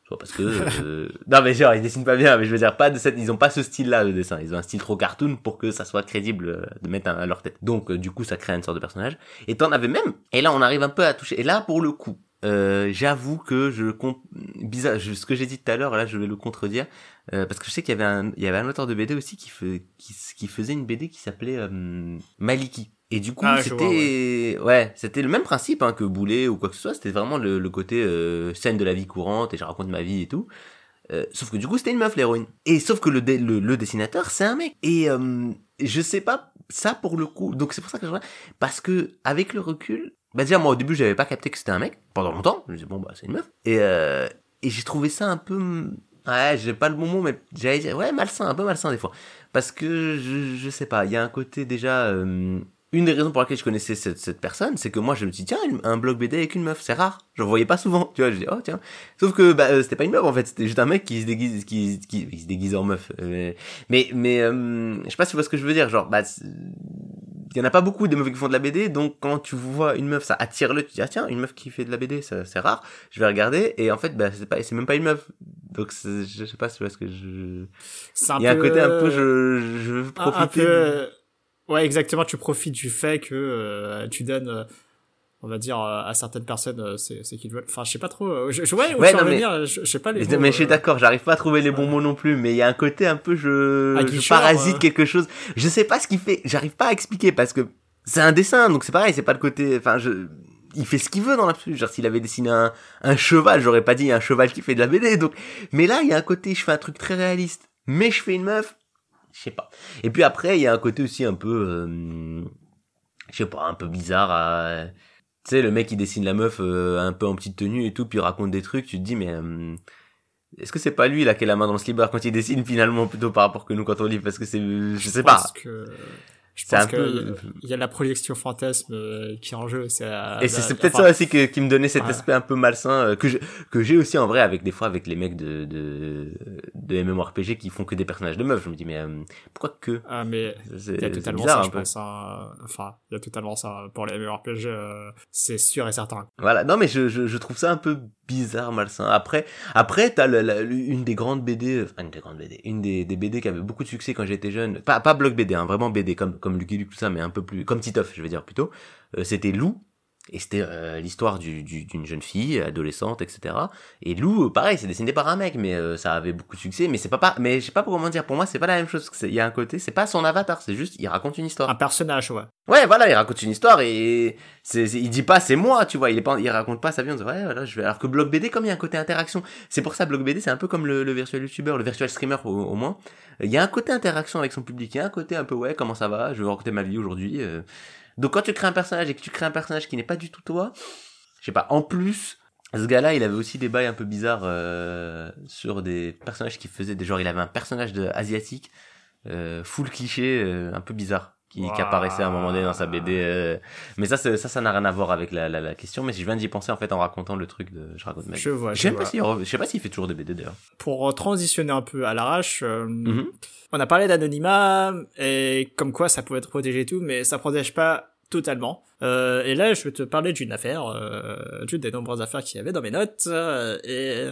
Speaker 2: soit parce que euh... non mais genre ils dessinent pas bien, mais je veux dire pas de cette, ils ont pas ce style-là de dessin, ils ont un style trop cartoon pour que ça soit crédible de mettre à leur tête. Donc euh, du coup ça crée une sorte de personnage. Et t'en avais même. Et là on arrive un peu à toucher. Et là pour le coup, euh, j'avoue que je comp... bizarre, je... ce que j'ai dit tout à l'heure, là je vais le contredire, euh, parce que je sais qu'il y avait un, il y avait un auteur de B D aussi qui fait, qui, qui faisait une B D qui s'appelait euh... Maliki. Et du coup,
Speaker 1: ah,
Speaker 2: c'était,
Speaker 1: vois, ouais.
Speaker 2: ouais, c'était le même principe hein, que Boulet ou quoi que ce soit. C'était vraiment le, le côté euh, scène de la vie courante et je raconte ma vie et tout. Euh, sauf que du coup, c'était une meuf l'héroïne. Et sauf que le, dé- le, le dessinateur, c'est un mec. Et euh, je sais pas ça pour le coup. Donc c'est pour ça que je vois. Parce que avec le recul, bah déjà moi au début, j'avais pas capté que c'était un mec pendant longtemps. Je me disais bon bah c'est une meuf. Et euh, et j'ai trouvé ça un peu, ouais, j'ai pas le bon mot, mais j'allais dire ouais malsain, un peu malsain des fois. Parce que je je sais pas, il y a un côté déjà. Euh, Une des raisons pour laquelle je connaissais cette, cette personne, c'est que moi je me dis tiens une, un blog B D avec une meuf, c'est rare, j'en voyais pas souvent, tu vois, je dis oh tiens, sauf que bah euh, c'était pas une meuf en fait, c'était juste un mec qui se déguise, qui qui, qui se déguise en meuf, euh, mais mais euh, je sais pas si tu vois ce que je veux dire, genre bah il y en a pas beaucoup des meufs qui font de la B D, donc quand tu vois une meuf ça attire le, tu dis ah tiens une meuf qui fait de la B D, ça, c'est rare, je vais regarder et en fait bah c'est pas, c'est même pas une meuf, donc c'est, je sais pas si tu vois ce que je, il y a un côté un peu je je veux profiter.
Speaker 1: Un peu... Ouais, exactement, tu profites du fait que euh, tu donnes, euh, on va dire, euh, à certaines personnes, euh, c'est, c'est qu'ils veulent... Enfin, je sais pas trop... Euh, je, je, ouais,
Speaker 2: ouais,
Speaker 1: non,
Speaker 2: non,
Speaker 1: mais,
Speaker 2: mais...
Speaker 1: je, je sais pas les
Speaker 2: mais,
Speaker 1: mots...
Speaker 2: mais je suis
Speaker 1: euh...
Speaker 2: d'accord, j'arrive pas à trouver les bons mots non plus, mais il y a un côté un peu, je,
Speaker 1: Aguicheur,
Speaker 2: je parasite
Speaker 1: euh...
Speaker 2: quelque chose. Je sais pas ce qu'il fait, j'arrive pas à expliquer, parce que c'est un dessin, donc c'est pareil, c'est pas le côté... Enfin, je... il fait ce qu'il veut dans l'absolu. Genre, s'il avait dessiné un, un cheval, j'aurais pas dit un cheval qui fait de la B D, donc... Mais là, il y a un côté, je fais un truc très réaliste, mais je fais une meuf... Je sais pas. Et puis après, il y a un côté aussi un peu, euh, je sais pas, un peu bizarre à, tu sais, le mec qui dessine la meuf euh, un peu en petite tenue et tout, puis il raconte des trucs, tu te dis, mais euh, est-ce que c'est pas lui là qui a la main dans le slibber quand il dessine finalement plutôt par rapport que nous quand on lit, parce que c'est, je, je sais pas.
Speaker 1: Que... Je
Speaker 2: c'est
Speaker 1: pense
Speaker 2: un
Speaker 1: qu'il
Speaker 2: peu...
Speaker 1: y, y a la projection fantasme euh, qui est en jeu. C'est, euh,
Speaker 2: et c'est, c'est
Speaker 1: bah,
Speaker 2: peut-être
Speaker 1: enfin,
Speaker 2: ça aussi que, qui me donnait cet
Speaker 1: ouais.
Speaker 2: aspect un peu malsain euh, que je, que j'ai aussi en vrai avec des fois avec les mecs de de de MMORPG qui font que des personnages de meufs. Je me dis mais euh, pourquoi que
Speaker 1: ah mais il y a totalement
Speaker 2: bizarre,
Speaker 1: ça, je pense. Hein. Enfin, il y a totalement ça pour les MMORPG. Euh, c'est sûr et certain.
Speaker 2: Voilà. Non mais je je je trouve ça un peu bizarre, malsain. Après après t'as le, la, une des grandes B D, enfin une des grandes B D, une des des B D qui avait beaucoup de succès quand j'étais jeune. Pas pas blog B D, hein, vraiment B D comme comme Lucky Luke tout ça, mais un peu plus comme Titeuf, je vais dire plutôt. Euh, c'était Lou. Et c'était euh, l'histoire du, du, d'une jeune fille, adolescente, et cetera. Et Lou, pareil, c'est dessiné par un mec, mais euh, ça avait beaucoup de succès. Mais c'est pas, pas, mais je sais pas comment dire. Pour moi, c'est pas la même chose. Il y a un côté, c'est pas son avatar, c'est juste, il raconte une histoire.
Speaker 1: Un personnage, ouais.
Speaker 2: Ouais, voilà, il raconte une histoire et c'est, c'est il dit pas c'est moi, tu vois. Il est pas, il raconte pas sa vie. On dit ouais, voilà, je vais. Alors que blog B D, comme il y a un côté interaction, c'est pour ça blog B D, c'est un peu comme le, le virtual YouTuber, le virtual streamer au, au moins. Il y a un côté interaction avec son public, il y a un côté un peu ouais, comment ça va, je vais raconter ma vie aujourd'hui. Euh... Donc quand tu crées un personnage et que tu crées un personnage qui n'est pas du tout toi, je sais pas, en plus, ce gars-là, il avait aussi des bails un peu bizarres euh, sur des personnages qui faisaient des genre, il avait un personnage de asiatique, euh, full cliché, euh, un peu bizarre, qui, wow. qui apparaissait à un moment donné dans sa B D. Euh... Mais ça, ça, ça n'a rien à voir avec la, la, la question, mais je viens d'y penser en fait en racontant le truc de je raconte ma vie.
Speaker 1: Je vois, je,
Speaker 2: je sais
Speaker 1: vois.
Speaker 2: Pas si, je sais pas s'il fait toujours des B D d'ailleurs.
Speaker 1: Pour transitionner un peu à l'arrache, euh,
Speaker 2: mm-hmm.
Speaker 1: on a parlé d'anonymat et comme quoi ça pouvait être protégé et tout, mais ça protège pas totalement. Euh, et là, je vais te parler d'une affaire, euh, d'une des nombreuses affaires qu'il y avait dans mes notes, euh, et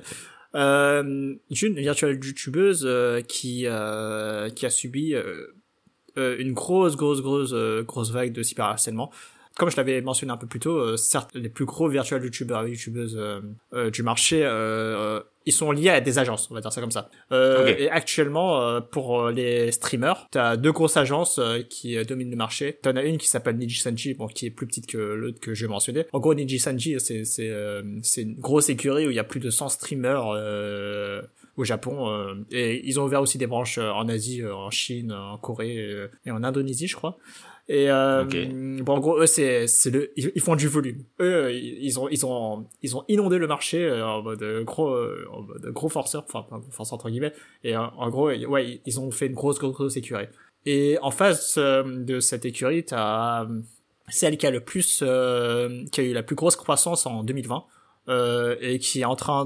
Speaker 1: euh, d'une virtuelle youtubeuse euh, qui euh, qui a subi euh, euh, une grosse, grosse, grosse, euh, grosse vague de cyberharcèlement. Comme je l'avais mentionné un peu plus tôt, euh, certes, les plus gros virtual youtubeurs et youtubeuses euh, euh, du marché, euh, euh, ils sont liés à des agences, on va dire ça comme ça. Euh, okay. Et actuellement, euh, pour les streamers, t'as deux grosses agences euh, qui euh, dominent le marché. T'en as une qui s'appelle Nijisanji, bon, qui est plus petite que l'autre que je mentionnais. En gros, Nijisanji, c'est c'est euh, c'est une grosse écurie où il y a plus de cent streamers euh, au Japon. Euh, et ils ont ouvert aussi des branches en Asie, en Chine, en Corée et en Indonésie, je crois. Et euh, okay. bon, en gros, eux, c'est, c'est le, ils, ils font du volume. Eux, ils ont, ils ont, ils ont inondé le marché en mode gros, en mode gros forceurs, enfin, pas gros forceurs entre guillemets. Et en, en gros, ouais, ils ont fait une grosse, grosse, grosse écurie. Et en face euh, de cette écurie, t'as celle qui a le plus, euh, qui a eu la plus grosse croissance en deux mille vingt. Euh, et qui est en train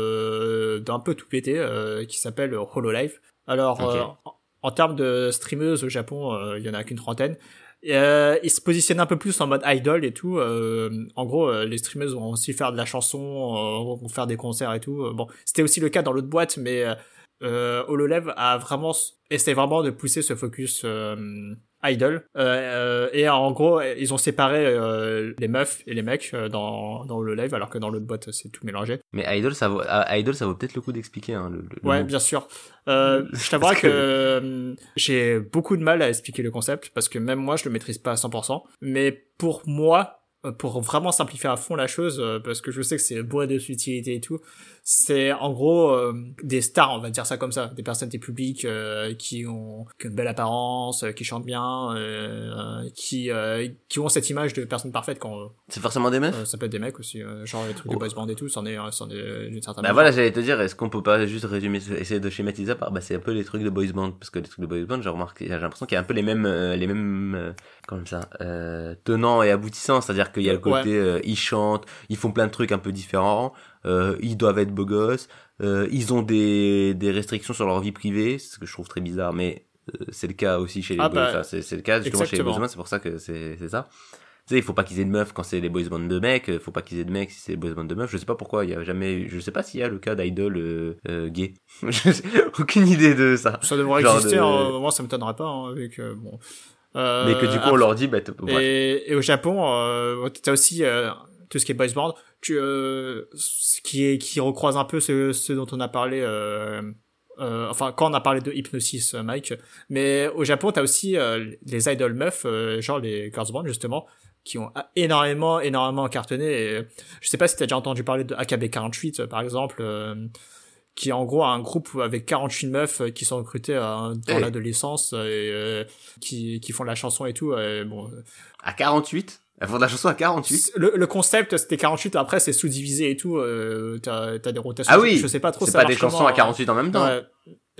Speaker 1: de, d'un peu tout péter, euh, qui s'appelle Hololive. Alors, okay. euh, en, en termes de streameuses au Japon, il euh, y en a qu'une trentaine. Et, euh, ils se positionnent un peu plus en mode idol et tout. Euh, en gros, euh, les streamers vont aussi faire de la chanson, euh, vont faire des concerts et tout. Euh, bon, c'était aussi le cas dans l'autre boîte, mais euh, HoloLens a vraiment essayé vraiment de pousser ce focus euh, idol. Euh, euh, et en gros, ils ont séparé euh, les meufs et les mecs euh, dans dans HoloLens, alors que dans l'autre boîte, c'est tout mélangé.
Speaker 2: Mais idol, ça vaut, ah, idol, ça vaut peut-être le coup d'expliquer. Hein, le, le
Speaker 1: ouais,
Speaker 2: nom.
Speaker 1: bien sûr. Euh, je t'avouerai que, que euh, j'ai beaucoup de mal à expliquer le concept parce que même moi, je le maîtrise pas à cent pour cent. Mais pour moi, pour vraiment simplifier à fond la chose, parce que je sais que c'est bourré de subtilité et tout, c'est en gros euh, des stars, on va dire ça comme ça, des personnalités publiques euh, qui ont qui ont une belle apparence, euh, qui chantent bien, euh, qui euh, qui ont cette image de personne parfaite quand.
Speaker 2: C'est forcément des meufs.
Speaker 1: Euh, ça peut être des mecs aussi, euh, genre les trucs oh. de boys band et tout, c'en est, c'en est d'une certaine.
Speaker 2: Bah voilà, j'allais te dire, est-ce qu'on peut pas juste résumer, essayer de schématiser par, bah c'est un peu les trucs de boys band, parce que les trucs de boys band, j'ai remarqué, j'ai l'impression qu'il y a un peu les mêmes, euh, les mêmes, euh, comme ça, euh, tenants et aboutissants, c'est-à-dire qu'il y a le côté, ouais. euh, ils chantent, ils font plein de trucs un peu différents. Euh, ils doivent être beaux gosses, euh, ils ont des des restrictions sur leur vie privée, ce que je trouve très bizarre, mais euh, c'est le cas aussi chez les ah boys, bah, enfin, c'est c'est le cas justement chez les boys band, c'est pour ça que c'est c'est ça. Tu sais, il faut pas qu'ils aient de meufs quand c'est les boys band de mecs, il faut pas qu'ils aient de mecs si c'est les boys band de meufs. Je sais pas pourquoi, il y a jamais, je sais pas s'il y a le cas d'idol euh, euh, gay. Aucune idée de ça.
Speaker 1: Ça devrait Genre exister, de... hein, moi ça m'étonnerait pas hein, avec euh, bon.
Speaker 2: Euh, mais que du coup après, on leur dit bah
Speaker 1: et, et au Japon, euh, t'as aussi euh, tout ce qui est boys band, tu euh, ce qui est qui recroise un peu ce, ce dont on a parlé euh, euh, enfin quand on a parlé de Hypnosis Mike, mais au Japon t'as aussi euh, les idol meufs euh, genre les girls band justement qui ont énormément énormément cartonné et je sais pas si t'as déjà entendu parler de A K B quarante-huit par exemple euh, qui est en gros un groupe avec quarante-huit meufs qui sont recrutées euh, dans hey. l'adolescence et euh, qui qui font de la chanson et tout et bon
Speaker 2: à quarante-huit. Elles font de la chanson à quarante-huit.
Speaker 1: Le, le concept, c'était quarante-huit. Après, c'est sous-divisé et tout. Euh, t'as, t'as des rotations.
Speaker 2: Ah oui.
Speaker 1: Je sais pas trop.
Speaker 2: C'est
Speaker 1: ça
Speaker 2: pas des chansons
Speaker 1: comment,
Speaker 2: à quarante-huit en même temps.
Speaker 1: Ouais.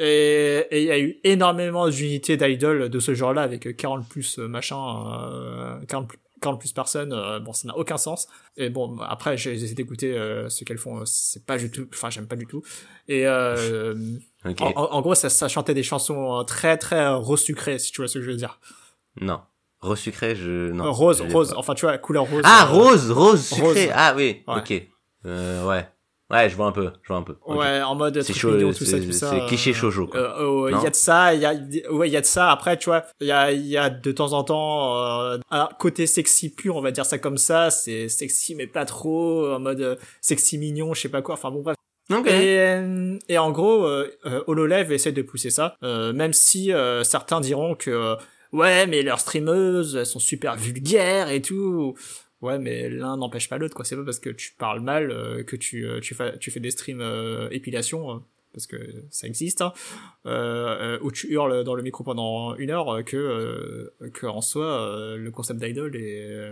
Speaker 1: Et il y a eu énormément d'unités d'idoles de ce genre-là avec quarante plus machin, euh, quarante, quarante plus personnes. Euh, bon, ça n'a aucun sens. Et bon, après, j'ai essayé d'écouter euh, ce qu'elles font. C'est pas du tout. Enfin, j'aime pas du tout. Et euh, okay. en, en gros, ça, ça chantait des chansons très très resucrées, si tu vois ce que je veux dire.
Speaker 2: Non. Resucré, je non.
Speaker 1: Euh, rose,
Speaker 2: je
Speaker 1: rose. Pas. Enfin, tu vois, couleur rose.
Speaker 2: Ah, euh... rose, rose sucré. Rose. Ah oui.
Speaker 1: Ouais.
Speaker 2: Ok. Euh, ouais. Ouais, je vois un peu, je vois un peu. Okay.
Speaker 1: Ouais, en mode
Speaker 2: c'est chaud,
Speaker 1: mignon,
Speaker 2: tout
Speaker 1: ça, tout ça.
Speaker 2: C'est cliché shoujo, quoi.
Speaker 1: Euh, il euh, y a de ça, il y a, ouais, il y a de ça. Après, tu vois, il y a, il y a de temps en temps euh, un côté sexy pur, on va dire ça comme ça. C'est sexy, mais pas trop, en mode euh, sexy mignon, je sais pas quoi. Enfin bon, bref.
Speaker 2: Okay.
Speaker 1: Et, et en gros, euh, HoloLens essaie de pousser ça, euh, même si euh, certains diront que euh, ouais, mais leurs streameuses, elles sont super vulgaires et tout. Ouais, mais l'un n'empêche pas l'autre, quoi. C'est pas parce que tu parles mal euh, que tu euh, tu fais tu fais des streams euh, épilation, euh, parce que ça existe, hein, euh, euh, où tu hurles dans le micro pendant une heure, euh, que euh, que en soi euh, le concept d'idol est, euh,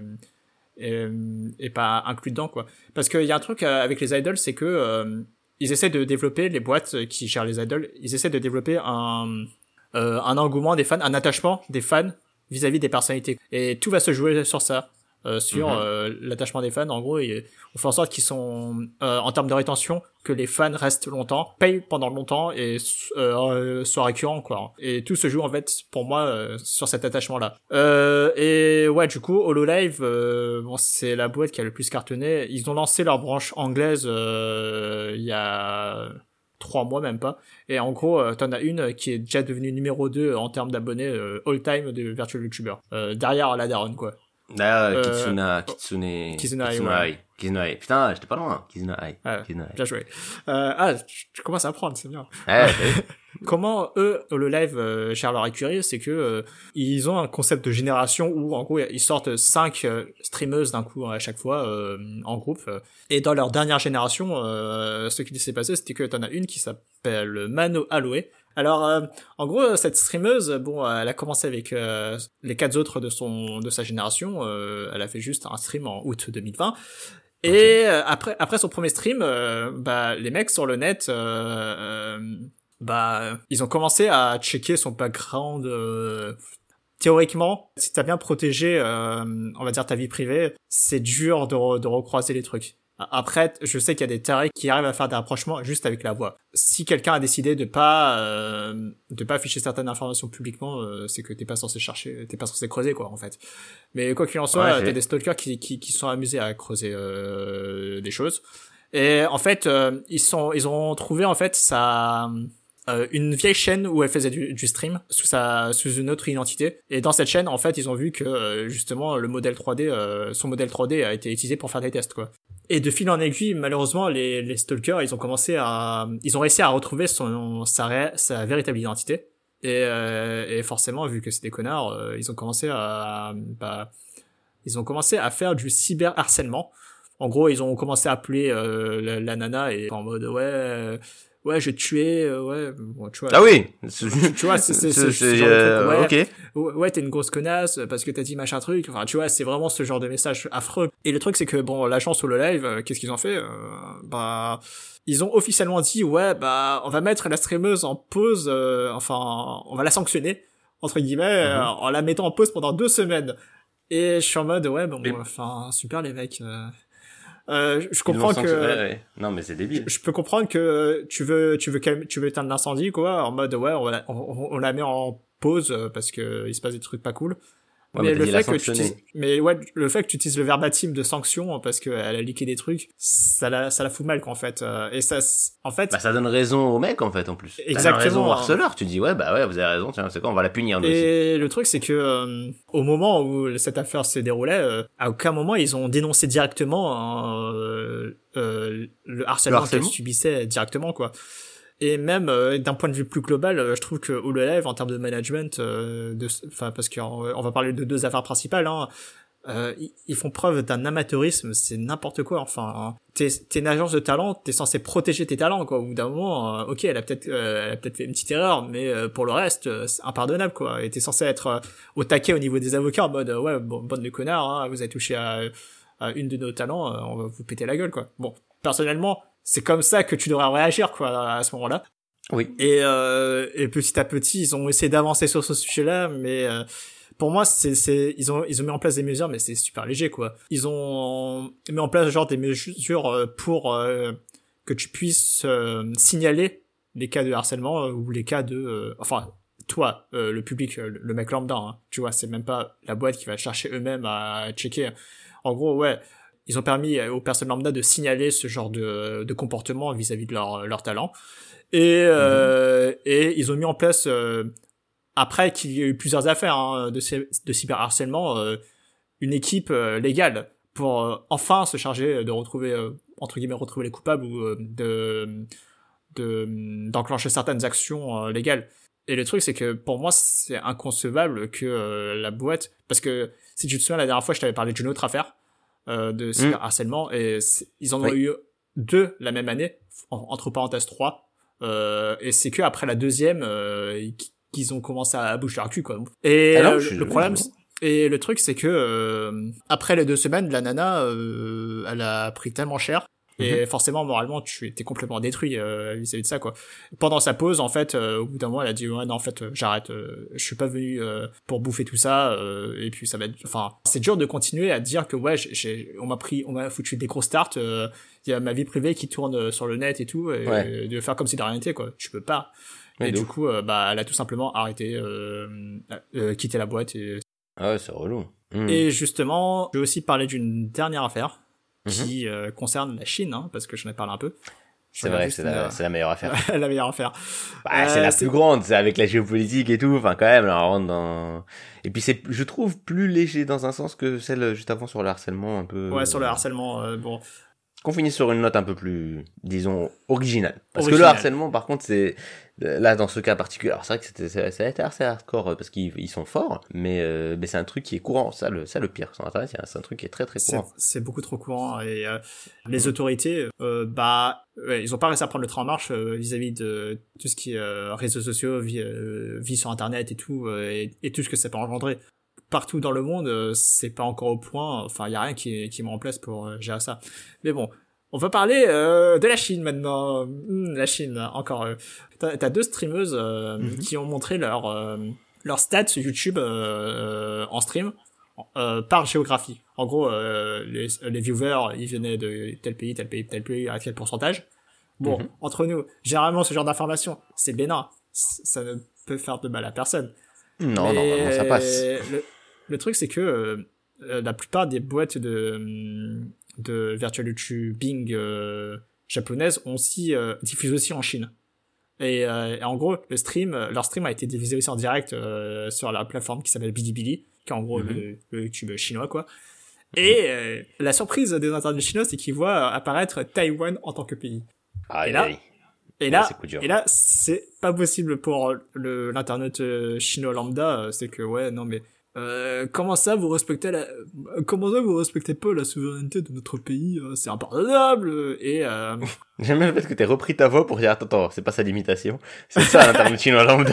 Speaker 1: est est pas inclus dedans, quoi. Parce qu'il y a un truc euh, avec les idols, c'est que euh, ils essaient de développer, les boîtes qui gèrent les idols, ils essaient de développer un Euh, un engouement des fans, un attachement des fans vis-à-vis des personnalités. Et tout va se jouer sur ça, euh, sur mm-hmm. euh, l'attachement des fans. En gros, et on fait en sorte qu'ils sont, euh, en termes de rétention, que les fans restent longtemps, payent pendant longtemps et euh, soient récurrents, quoi. Et tout se joue en fait, pour moi, euh, sur cet attachement-là. Euh, et ouais, du coup, HoloLens, euh, bon, c'est la boîte qui a le plus cartonné. Ils ont lancé leur branche anglaise euh, il y a trois mois même pas, et en gros euh, t'en as une qui est déjà devenue numéro deux en termes d'abonnés euh, all time de virtual YouTuber, euh, derrière la daronne, quoi.
Speaker 2: Ah, euh, Kitsuna, Kitsune,
Speaker 1: Kizuna,
Speaker 2: Kitsuna,
Speaker 1: ouais.
Speaker 2: Kizuna, putain, j'étais pas loin. Kizuna,
Speaker 1: ah,
Speaker 2: Kizuna.
Speaker 1: Bien joué. Euh, ah, tu, tu commences à apprendre, c'est bien.
Speaker 2: Ouais,
Speaker 1: Comment eux, le live, euh, gèrent leur écurie, c'est que euh, ils ont un concept de génération où en gros ils sortent cinq euh, streameuses d'un coup à chaque fois euh, en groupe. Euh, et dans leur dernière génération, euh, ce qui s'est passé, c'était que t'en as une qui s'appelle Mano Aloe. Alors, euh, en gros, cette streameuse, bon, elle a commencé avec euh, les quatre autres de son de sa génération. Euh, elle a fait juste un stream en août deux mille vingt. Et okay. euh, après après son premier stream, euh, bah les mecs sur le net, euh, euh, bah ils ont commencé à checker son background. Euh, théoriquement, si t'as bien protégé, euh, on va dire ta vie privée, c'est dur de re- de recroiser les trucs. Après, je sais qu'il y a des tarés qui arrivent à faire des rapprochements juste avec la voix. Si quelqu'un a décidé de pas euh, de pas afficher certaines informations publiquement, euh, c'est que t'es pas censé chercher, t'es pas censé creuser quoi en fait. Mais quoi qu'il en soit,
Speaker 2: Ouais,
Speaker 1: t'as des stalkers qui qui qui sont amusés à creuser euh, des choses. Et en fait, euh, ils sont ils ont trouvé en fait ça. Euh, une vieille chaîne où elle faisait du, du stream sous sa sous une autre identité, et dans cette chaîne en fait ils ont vu que euh, justement le modèle trois D euh, son modèle trois D a été utilisé pour faire des tests quoi. Et de fil en aiguille, malheureusement les les stalkers ils ont commencé à ils ont réussi à retrouver son sa ré, sa véritable identité, et euh, et forcément vu que c'est des connards euh, ils ont commencé à bah ils ont commencé à faire du cyberharcèlement. En gros ils ont commencé à appeler euh, la, la nana et en mode ouais euh, ouais je tuais euh, ouais bon, tu vois
Speaker 2: ah oui
Speaker 1: tu, tu vois c'est c'est
Speaker 2: c'est,
Speaker 1: c'est
Speaker 2: c'est euh,
Speaker 1: ouais,
Speaker 2: ok
Speaker 1: ouais t'es une grosse connasse parce que t'as dit machin truc, enfin tu vois c'est vraiment ce genre de message affreux. Et le truc c'est que bon l'agence ou le live euh, qu'est-ce qu'ils ont fait, euh, bah ils ont officiellement dit ouais bah on va mettre la streameuse en pause, euh, enfin on va la sanctionner entre guillemets mm-hmm. euh, en la mettant en pause pendant deux semaines. Et je suis en mode ouais bon enfin super les mecs euh... Euh, je comprends que
Speaker 2: ouais, ouais. Non mais c'est débile.
Speaker 1: Je, je peux comprendre que tu veux tu veux calmer, tu veux éteindre l'incendie quoi en mode ouais on la, on, on la met en pause parce que il se passe des trucs pas cool.
Speaker 2: Ouais,
Speaker 1: mais,
Speaker 2: mais
Speaker 1: le fait que tu utilises, mais ouais le fait que tu utilises le verbatim de sanction parce que elle a leaké des trucs, ça la ça la fout mal quoi en fait. Et ça en fait
Speaker 2: bah ça donne raison au mec en fait en plus.
Speaker 1: Exactement.
Speaker 2: Ça donne raison au harceleur, tu dis ouais bah ouais vous avez raison, tiens c'est quoi on va la punir nous
Speaker 1: et
Speaker 2: aussi.
Speaker 1: Le truc c'est que euh, au moment où cette affaire s'est déroulée, euh, à aucun moment ils ont dénoncé directement euh, euh, le harcèlement, harcèlement qu'elle subissait directement quoi. Et même euh, d'un point de vue plus global, euh, je trouve que Hololive en termes de management, euh, de, enfin parce qu'on on va parler de deux affaires principales, hein, euh, ils, ils font preuve d'un amateurisme, c'est n'importe quoi. Enfin, hein. t'es, t'es une agence de talent, t'es censé protéger tes talents quoi. Au bout d'un moment, euh, ok, elle a peut-être, euh, elle a peut-être fait une petite erreur, mais euh, pour le reste, euh, c'est impardonnable quoi. Et t'es censé être euh, au taquet au niveau des avocats en mode euh, ouais, bon, bande de connards, hein, vous avez touché à, à une de nos talents, euh, on va vous péter la gueule quoi. Bon, personnellement. C'est comme ça que tu devrais réagir quoi à ce moment-là.
Speaker 2: Oui.
Speaker 1: Et euh, et petit à petit, ils ont essayé d'avancer sur ce sujet-là, mais euh, pour moi, c'est c'est ils ont ils ont mis en place des mesures, mais c'est super léger quoi. Ils ont mis en place genre des mesures pour euh, que tu puisses euh, signaler les cas de harcèlement euh, ou les cas de euh, enfin toi euh, le public le, le mec lambda, hein, tu vois, c'est même pas la boîte qui va chercher eux-mêmes à checker. En gros, ouais. Ils ont permis aux personnes lambda de signaler ce genre de, de comportement vis-à-vis de leur, leur talent. Et, euh, mmh. et ils ont mis en place, euh, après qu'il y ait eu plusieurs affaires hein, de, de cyberharcèlement, euh, une équipe euh, légale pour euh, enfin se charger de retrouver, euh, entre guillemets, retrouver les coupables ou euh, de, de, d'enclencher certaines actions euh, légales. Et le truc, c'est que pour moi, c'est inconcevable que euh, la boîte... Parce que si tu te souviens, la dernière fois, je t'avais parlé d'une autre affaire, Euh, de cyberharcèlement, mmh. et ils en ont oui. eu deux la même année, en, entre parenthèses trois, euh, et c'est que après la deuxième euh, qu'ils ont commencé à bouger leur cul quoi. Et Alors, euh, le problème c'est... et le truc c'est que euh, après les deux semaines la nana euh, elle a pris tellement cher. Et mmh. forcément, moralement, tu étais complètement détruit euh, vis-à-vis de ça, quoi. Pendant sa pause, en fait, euh, au bout d'un mois, elle a dit ouais, non, en fait, euh, j'arrête. Euh, je suis pas venu euh, pour bouffer tout ça. Euh, et puis ça va être, enfin, c'est dur de continuer à dire que ouais, j'ai, j'ai on m'a pris, on m'a foutu des gros starts. Il euh, y a ma vie privée qui tourne sur le net et tout, et ouais. de faire comme si de rien n'était, quoi. Tu peux pas. Mais et donc. Du coup, euh, bah, elle a tout simplement arrêté, euh, euh, quitté la boîte. Et...
Speaker 2: Ah ouais, c'est relou.
Speaker 1: Mmh. Et justement, je vais aussi parler d'une dernière affaire. Qui mmh. euh, concerne la Chine, hein, parce que j'en ai parlé un peu.
Speaker 2: C'est vrai, c'est la, c'est la meilleure affaire.
Speaker 1: La meilleure affaire.
Speaker 2: Bah, euh, c'est la c'est... plus grande, c'est avec la géopolitique et tout, enfin quand même, là, on rentre dans... Et puis c'est, je trouve, plus léger dans un sens que celle juste avant sur le harcèlement, un peu...
Speaker 1: Ouais, sur le harcèlement, euh, bon...
Speaker 2: Qu'on finisse sur une note un peu plus, disons, originale. Parce Original. que le harcèlement, par contre, c'est... Là, dans ce cas particulier, alors c'est vrai que c'était, ça a été assez hardcore parce qu'ils ils sont forts, mais, euh, mais c'est un truc qui est courant, ça le, ça le pire. Sur Internet, c'est un truc qui est très très courant.
Speaker 1: C'est, c'est beaucoup trop courant et euh, les mmh. autorités, euh, bah, ouais, ils ont pas réussi à prendre le train en marche euh, vis-à-vis de tout ce qui est euh, réseaux sociaux, vie, euh, vie sur Internet et tout, euh, et, et tout ce que ça peut engendrer. Partout dans le monde, euh, c'est pas encore au point, enfin, il y a rien qui, qui met en place pour euh, gérer ça. Mais bon. On va parler euh, de la Chine maintenant. Mmh, la Chine, encore. Euh, t'as, t'as deux streameuses euh, mm-hmm. qui ont montré leur euh, leur stats YouTube euh, en stream euh, par géographie. En gros, euh, les, les viewers, ils venaient de tel pays, tel pays, tel pays, à quel pourcentage. Bon, mm-hmm. entre nous, généralement, ce genre d'information, c'est bénin. C- ça ne peut faire de mal à personne.
Speaker 2: Non, Mais normalement, ça passe.
Speaker 1: Le, le truc, c'est que euh, la plupart des boîtes de, de virtual YouTubing euh, japonaises ont aussi euh, diffusé aussi en Chine. Et, euh, et en gros, le stream, leur stream a été diffusé aussi en direct euh, sur la plateforme qui s'appelle Bilibili, qui est en gros mm-hmm. le, le YouTube chinois, quoi. Et euh, la surprise des internautes chinois, c'est qu'ils voient apparaître Taïwan en tant que pays.
Speaker 2: Aïe,
Speaker 1: et là,
Speaker 2: aïe.
Speaker 1: et là, et là, c'est pas possible pour le, l'internaute chinois lambda. C'est que ouais, non mais euh, comment ça vous respectez la, comment ça vous respectez pas la souveraineté de notre pays? C'est impardonnable. Et euh...
Speaker 2: j'aime bien le fait que t'aies repris ta voix pour dire attends, attends, c'est pas ça l'imitation. C'est ça l'internaute chinois lambda.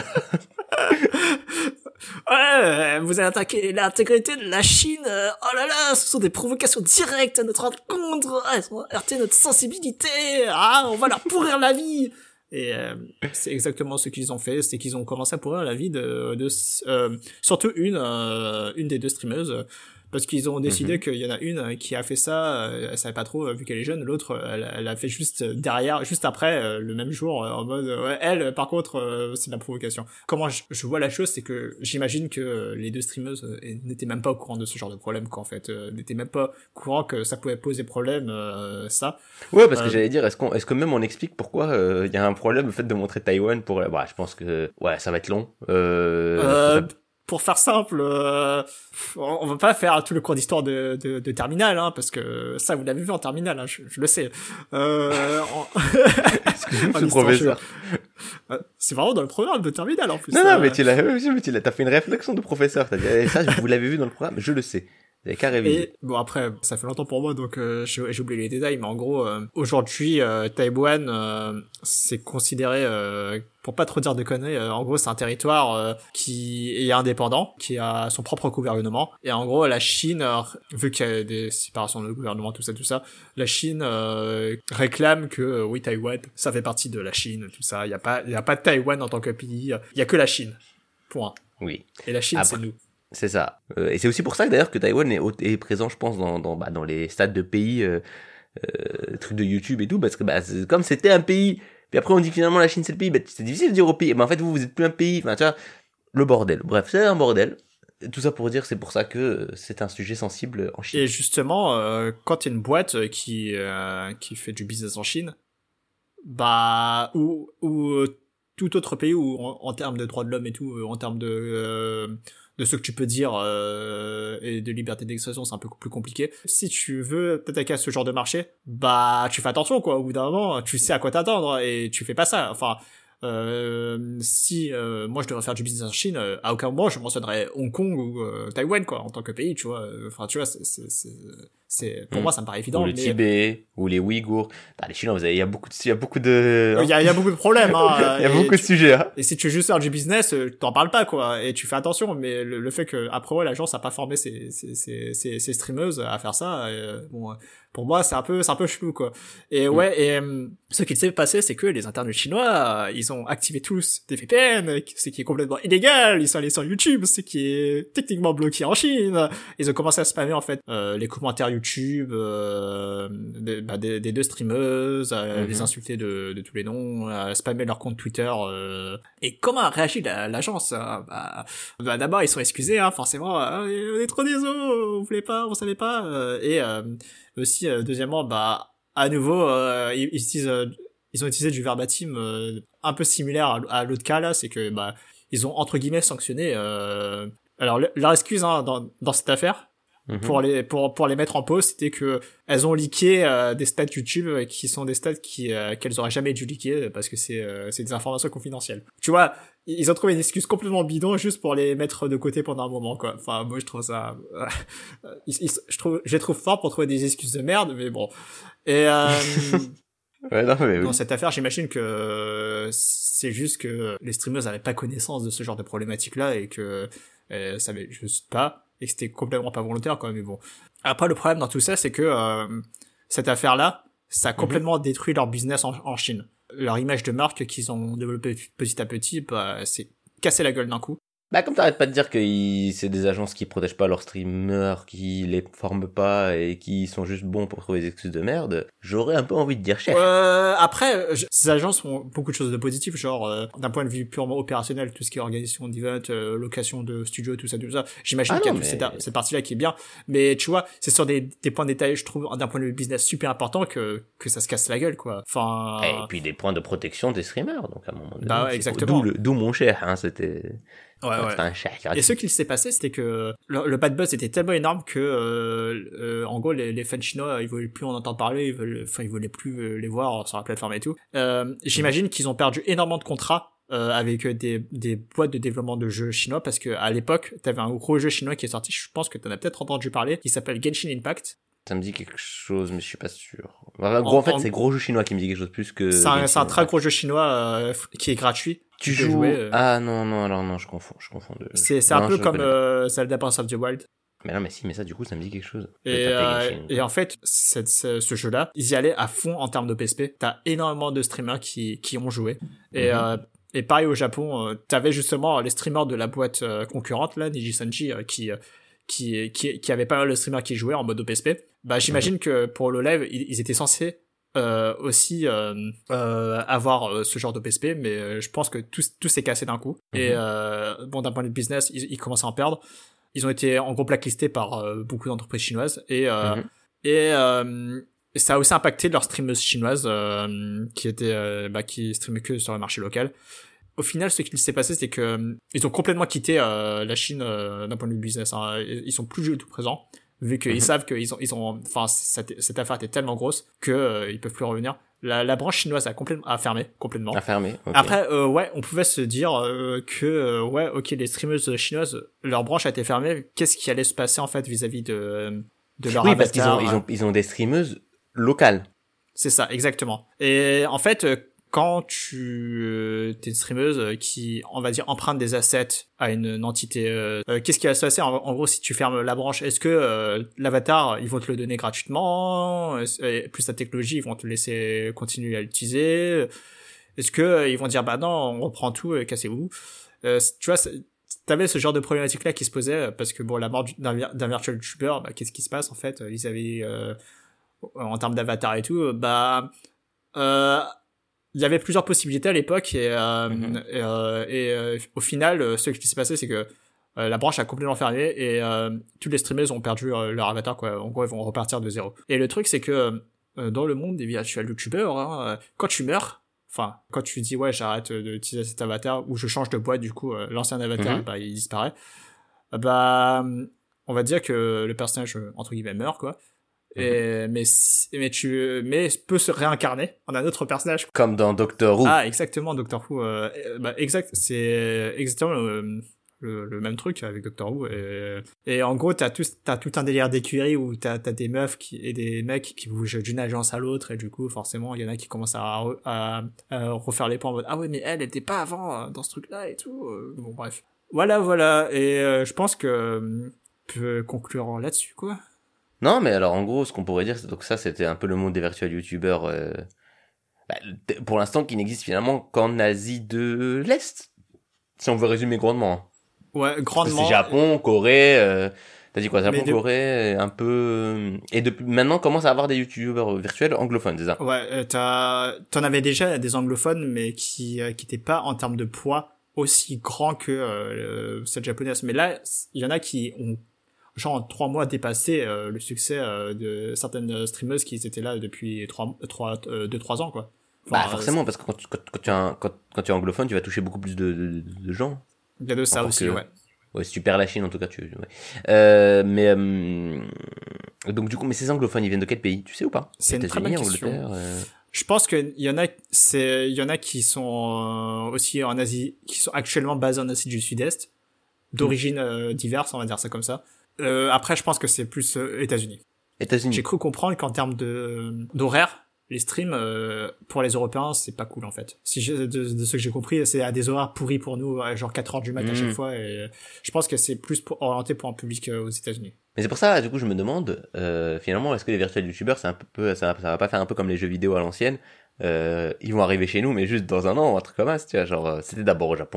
Speaker 1: Ouais, vous avez attaqué l'intégrité de la Chine. Oh là là, ce sont des provocations directes à notre encontre. Ah, ils ont heurté notre sensibilité. Ah, on va leur pourrir la vie. Et euh, c'est exactement ce qu'ils ont fait, c'est qu'ils ont commencé à pourrir la vie de, de euh, surtout une, euh, une des deux streameuses. Parce qu'ils ont décidé mm-hmm. qu'il y en a une qui a fait ça, elle savait pas trop vu qu'elle est jeune, l'autre elle, elle a fait juste derrière, juste après, le même jour, en mode ouais, elle par contre c'est de la provocation. Comment je, je vois la chose, c'est que j'imagine que les deux streameuses n'étaient même pas au courant de ce genre de problème, qu'en fait n'étaient même pas au courant que ça pouvait poser problème, euh, ça.
Speaker 2: Ouais, parce que
Speaker 1: euh,
Speaker 2: j'allais dire, est-ce qu'on, est-ce que même on explique pourquoi il euh, y a un problème le fait de montrer Taïwan pour, bah je pense que ouais ça va être long. Euh,
Speaker 1: euh... Ça... Pour faire simple, euh, on va pas faire tout le cours d'histoire de, de, de Terminal, hein, parce que ça, vous l'avez vu en Terminal, hein, je, je le sais. Euh, en...
Speaker 2: Excusez-moi, ce professeur.
Speaker 1: Je... C'est vraiment dans le programme de Terminal, en plus.
Speaker 2: Non,
Speaker 1: euh...
Speaker 2: non, mais tu l'as, mais tu l'as, t'as fait une réflexion de professeur. T'as dit, ça, vous l'avez vu dans le programme, je le sais. Vous qu'à réviser.
Speaker 1: Et bon, après, ça fait longtemps pour moi, donc euh, j'ai, j'ai oublié les détails, mais en gros, euh, aujourd'hui, euh, Taïwan, euh, c'est considéré, euh, pour pas trop dire de conneries, euh, en gros, c'est un territoire euh, qui est indépendant, qui a son propre gouvernement, et en gros, la Chine, euh, vu qu'il y a des séparations de gouvernement, tout ça, tout ça, la Chine euh, réclame que, euh, oui, Taïwan, ça fait partie de la Chine, tout ça, il y a pas, il y a pas de Taïwan en tant que pays, il y a que la Chine, point.
Speaker 2: Oui.
Speaker 1: Et la Chine,
Speaker 2: après...
Speaker 1: c'est nous.
Speaker 2: C'est ça. Euh, et c'est aussi pour ça que d'ailleurs que Taïwan est, est présent, je pense, dans, dans, bah, dans les stades de pays, euh, euh, trucs de YouTube et tout, parce que bah, c'est, comme c'était un pays, puis après on dit finalement la Chine c'est le pays, bah, c'est difficile de dire au pays, mais en fait vous, vous êtes plus un pays, enfin tu vois, le bordel. Bref, c'est un bordel. Tout ça pour dire, c'est pour ça que c'est un sujet sensible en Chine.
Speaker 1: Et justement, euh, quand il y a une boîte qui, euh, qui fait du business en Chine, bah, ou, ou tout autre pays où en, en termes de droits de l'homme et tout, en termes de... Euh, de ce que tu peux dire euh, et de liberté d'expression, c'est un peu plus compliqué. Si tu veux t'attaquer à ce genre de marché, bah tu fais attention quoi. Au bout d'un moment, tu sais à quoi t'attendre et tu fais pas ça. Enfin, euh, si euh, moi je devrais faire du business en Chine, euh, à aucun moment je mentionnerais Hong Kong ou euh, Taïwan quoi en tant que pays, tu vois. Enfin, tu vois, c'est c'est c'est, c'est pour mmh. moi ça me paraît évident.
Speaker 2: Ou le
Speaker 1: mais...
Speaker 2: Tibet, ou les Ouïghours. Bah, les Chinois, il y a beaucoup de, il y a beaucoup de.
Speaker 1: Il y a, il y a beaucoup de problèmes. Hein,
Speaker 2: il y a beaucoup de
Speaker 1: tu,
Speaker 2: sujets. Hein.
Speaker 1: Et si tu veux juste faire du business, t'en parles pas quoi. Et tu fais attention. Mais le, le fait que après ouais, l'agence a pas formé ses ses ses ses, ses streameuses à faire ça, et, bon. Pour moi, c'est un peu, c'est un peu chelou, quoi. Et ouais, mmh. et euh, ce qui s'est passé, c'est que les internautes chinois, euh, ils ont activé tous des V P N, ce qui est complètement illégal. Ils sont allés sur YouTube, ce qui est techniquement bloqué en Chine. Ils ont commencé à spammer, en fait, euh, les commentaires YouTube, euh, des, bah, des, des deux streameuses, euh, mmh. les insulter de, de tous les noms, euh, spammer leur compte Twitter. Euh... Et comment a réagi la, l'agence? Bah, bah, d'abord, ils sont excusés, hein, forcément. Euh, on est trop désolé, on voulait pas, on savait pas. Euh, et euh, aussi euh, deuxièmement bah à nouveau euh, ils, ils utilisent euh, ils ont utilisé du verbatim euh, un peu similaire à, à l'autre cas là, c'est que bah ils ont entre guillemets sanctionné euh, alors le, leur excuse hein, dans dans cette affaire mm-hmm. pour les pour pour les mettre en pause, c'était que elles ont leaké euh, des stats YouTube qui sont des stats qui euh, qu'elles auraient jamais dû leaker parce que c'est euh, c'est des informations confidentielles. Tu vois, ils ont trouvé une excuse complètement bidon juste pour les mettre de côté pendant un moment quoi. Enfin moi je trouve ça ils, ils, je trouve je les trouve forts pour trouver des excuses de merde, mais bon. Et euh...
Speaker 2: ouais, non, mais oui.
Speaker 1: Dans cette affaire, j'imagine que c'est juste que les streamers n'avaient pas connaissance de ce genre de problématique là et que euh, ça avait juste pas et que c'était complètement pas volontaire quoi. Mais bon. Après le problème dans tout ça, c'est que euh, cette affaire là, ça a complètement mm-hmm. détruit leur business en, en Chine. Leur image de marque qu'ils ont développée petit à petit, bah, c'est cassé la gueule d'un coup.
Speaker 2: Bah, comme t'arrêtes pas de dire que ils- c'est des agences qui protègent pas leurs streamers, qui les forment pas et qui sont juste bons pour trouver des excuses de merde, j'aurais un peu envie de dire cher.
Speaker 1: Euh, après, je- ces agences ont beaucoup de choses de positif, genre euh, d'un point de vue purement opérationnel, tout ce qui est organisation d'events, euh, location de studio, tout ça, tout ça. J'imagine
Speaker 2: Ah
Speaker 1: qu'il y a
Speaker 2: non,
Speaker 1: toute
Speaker 2: mais-
Speaker 1: cette, cette partie-là qui est bien, mais tu vois, c'est sur des, des points détaillés, je trouve, d'un point de vue business super important que que ça se casse la gueule, quoi. Enfin.
Speaker 2: Et puis des points de protection des streamers, donc à un moment donné.
Speaker 1: Bah ouais,
Speaker 2: c'est-
Speaker 1: exactement.
Speaker 2: D'où, le- d'où mon cher, hein, c'était...
Speaker 1: Ouais, ouais.
Speaker 2: C'était un cher.
Speaker 1: Et ce qu'il s'est passé, c'était que le, le bad buzz était tellement énorme que, euh, euh, en gros, les, les fans chinois, ils voulaient plus en entendre parler, ils veulent, enfin, ils voulaient plus euh, les voir sur la plateforme et tout. Euh, j'imagine qu'ils ont perdu énormément de contrats. Euh, avec des, des boîtes de développement de jeux chinois, parce que à l'époque, t'avais un gros jeu chinois qui est sorti, je pense que t'en as peut-être entendu parler, qui s'appelle Genshin Impact.
Speaker 2: Ça me dit quelque chose, mais je suis pas sûr. En gros, en, en fait, en... c'est gros jeu chinois qui me dit quelque chose plus que...
Speaker 1: C'est un, c'est un très gros jeu chinois euh, qui est gratuit.
Speaker 2: Tu joues... Jouer, euh... Ah non, non, alors non, je confonds, je confonds. De...
Speaker 1: C'est, c'est non, un peu comme euh, Zelda Breath of the Wild.
Speaker 2: Mais non, mais si, mais ça, du coup, ça me dit quelque chose.
Speaker 1: Et, euh, et en fait, cette, ce, ce jeu-là, ils y allaient à fond en termes de P S P. T'as énormément de streamers qui, qui ont joué. Et, mm-hmm. euh, et pareil au Japon, euh, t'avais justement les streamers de la boîte euh, concurrente, là, Niji-Sanji, euh, qui, euh, qui, qui, qui avait pas mal de streamers qui jouaient en mode P S P. Bah, j'imagine mm-hmm. que pour le live, ils, ils étaient censés euh, aussi euh, euh, avoir euh, ce genre de P S P, mais euh, je pense que tout, tout s'est cassé d'un coup. Mm-hmm. Et euh, bon, d'un point de vue business, ils, ils commencent à en perdre. Ils ont été en gros blacklistés par euh, beaucoup d'entreprises chinoises et euh, mm-hmm. et euh, ça a aussi impacté leurs streameuses chinoises euh, qui étaient euh, bah, qui streamaient que sur le marché local. Au final, ce qui s'est passé, c'est que euh, ils ont complètement quitté euh, la Chine euh, d'un point de vue business. Hein. Ils sont plus du tout présents vu qu'ils mm-hmm. savent qu'ils ont ils ont enfin cette, cette affaire était tellement grosse que euh, ils peuvent plus revenir. La, la branche chinoise a complètement a fermé complètement.
Speaker 2: A fermé. Okay.
Speaker 1: Après, euh, ouais, on pouvait se dire euh, que euh, ouais, ok, les streameuses chinoises, leur branche a été fermée. Qu'est-ce qui allait se passer en fait vis-à-vis de de leur
Speaker 2: oui,
Speaker 1: avatar.
Speaker 2: parce qu'ils ont ils ont ils ont des streameuses locales.
Speaker 1: C'est ça, exactement. Et en fait, quand tu euh, t'es une streameuse qui, on va dire, emprunte des assets à une, une entité, euh, euh, qu'est-ce qui va se passer en, en gros si tu fermes la branche? Est-ce que euh, l'avatar, ils vont te le donner gratuitement? Et plus la technologie, ils vont te laisser continuer à l'utiliser? Est-ce que euh, ils vont dire bah non, on reprend tout, et cassez-vous? euh, Tu vois, t'avais ce genre de problématique là qui se posait parce que bon, la mort d'un, d'un virtual YouTuber, bah, qu'est-ce qui se passe en fait? Ils avaient euh, en termes d'avatar et tout, bah euh, il y avait plusieurs possibilités à l'époque et, euh, mm-hmm. et, euh, et euh, au final, euh, ce qui s'est passé, c'est que euh, la branche a complètement fermé et euh, tous les streamers ont perdu euh, leur avatar, quoi. En gros, ils vont repartir de zéro. Et le truc, c'est que euh, dans le monde des virtual youtubeurs, hein, euh, quand tu meurs, enfin, quand tu dis ouais, j'arrête d'utiliser cet avatar ou je change de boîte, du coup, euh, l'ancien avatar, mm-hmm. bah, il disparaît. Bah, on va dire que le personnage entre guillemets meurt, quoi. Et, mais, mais tu, mais peut se réincarner en un autre personnage.
Speaker 2: Comme dans Doctor Who.
Speaker 1: Ah, exactement, Doctor Who. Euh, bah, exact, c'est exactement le, le, le même truc avec Doctor Who. Et, et en gros, t'as tout, t'as tout un délire d'écurie où t'as, t'as des meufs qui, et des mecs qui bougent d'une agence à l'autre. Et du coup, forcément, il y en a qui commencent à, à, à refaire les points en mode, ah ouais, mais elle, elle était pas avant dans ce truc-là et tout. Bon, bref. Voilà, voilà. Et euh, je pense que, peut conclure là-dessus, quoi.
Speaker 2: Non, mais alors en gros, ce qu'on pourrait dire, c'est donc ça, c'était un peu le monde des virtual youtubeurs, euh, bah, pour l'instant, qui n'existe finalement qu'en Asie de l'Est, si on veut résumer grandement.
Speaker 1: Ouais, grandement.
Speaker 2: C'est Japon, Corée, euh, t'as dit quoi, Japon, de... Corée, un peu, et depuis maintenant, commence à avoir des youtubeurs virtuels anglophones, c'est ça?
Speaker 1: Ouais, euh, t'as, t'en avais déjà des anglophones, mais qui, euh, qui étaient pas en termes de poids aussi grands que euh, cette japonaise. Mais là, il y en a qui ont genre en trois mois dépassé euh, le succès euh, de certaines streameuses qui étaient là depuis trois trois euh, deux trois ans, quoi.
Speaker 2: Enfin, bah forcément euh, parce que quand tu quand, quand tu es un, quand, quand tu es anglophone, tu vas toucher beaucoup plus de de, de gens.
Speaker 1: Il y a de ça aussi, que, ouais.
Speaker 2: Ouais, si tu perds la Chine en tout cas, tu ouais. Euh mais euh, donc du coup, mais ces anglophones, ils viennent de quel pays, tu sais ou pas?
Speaker 1: C'est une très bonne question. Euh... Je pense que il y en a c'est il y en a qui sont euh, aussi en Asie, qui sont actuellement basés en Asie du Sud-Est, d'origine euh, diverses, on va dire ça comme ça. Euh, après, je pense que c'est plus euh, États-Unis.
Speaker 2: États-Unis.
Speaker 1: J'ai cru comprendre qu'en termes de d'horaire, les streams euh, pour les Européens, c'est pas cool en fait. Si je, de, de ce que j'ai compris, c'est à des horaires pourris pour nous, genre quatre heures du matin mmh. à chaque fois. Et je pense que c'est plus pour, orienté pour un public euh, aux États-Unis.
Speaker 2: Mais c'est pour ça, du coup, je me demande euh, finalement, est-ce que les virtual youtubeurs, c'est un peu, ça, ça va pas faire un peu comme les jeux vidéo à l'ancienne. Euh, ils vont arriver chez nous, mais juste dans un an, ou un truc comme ça. Tu vois, genre, c'était d'abord au Japon.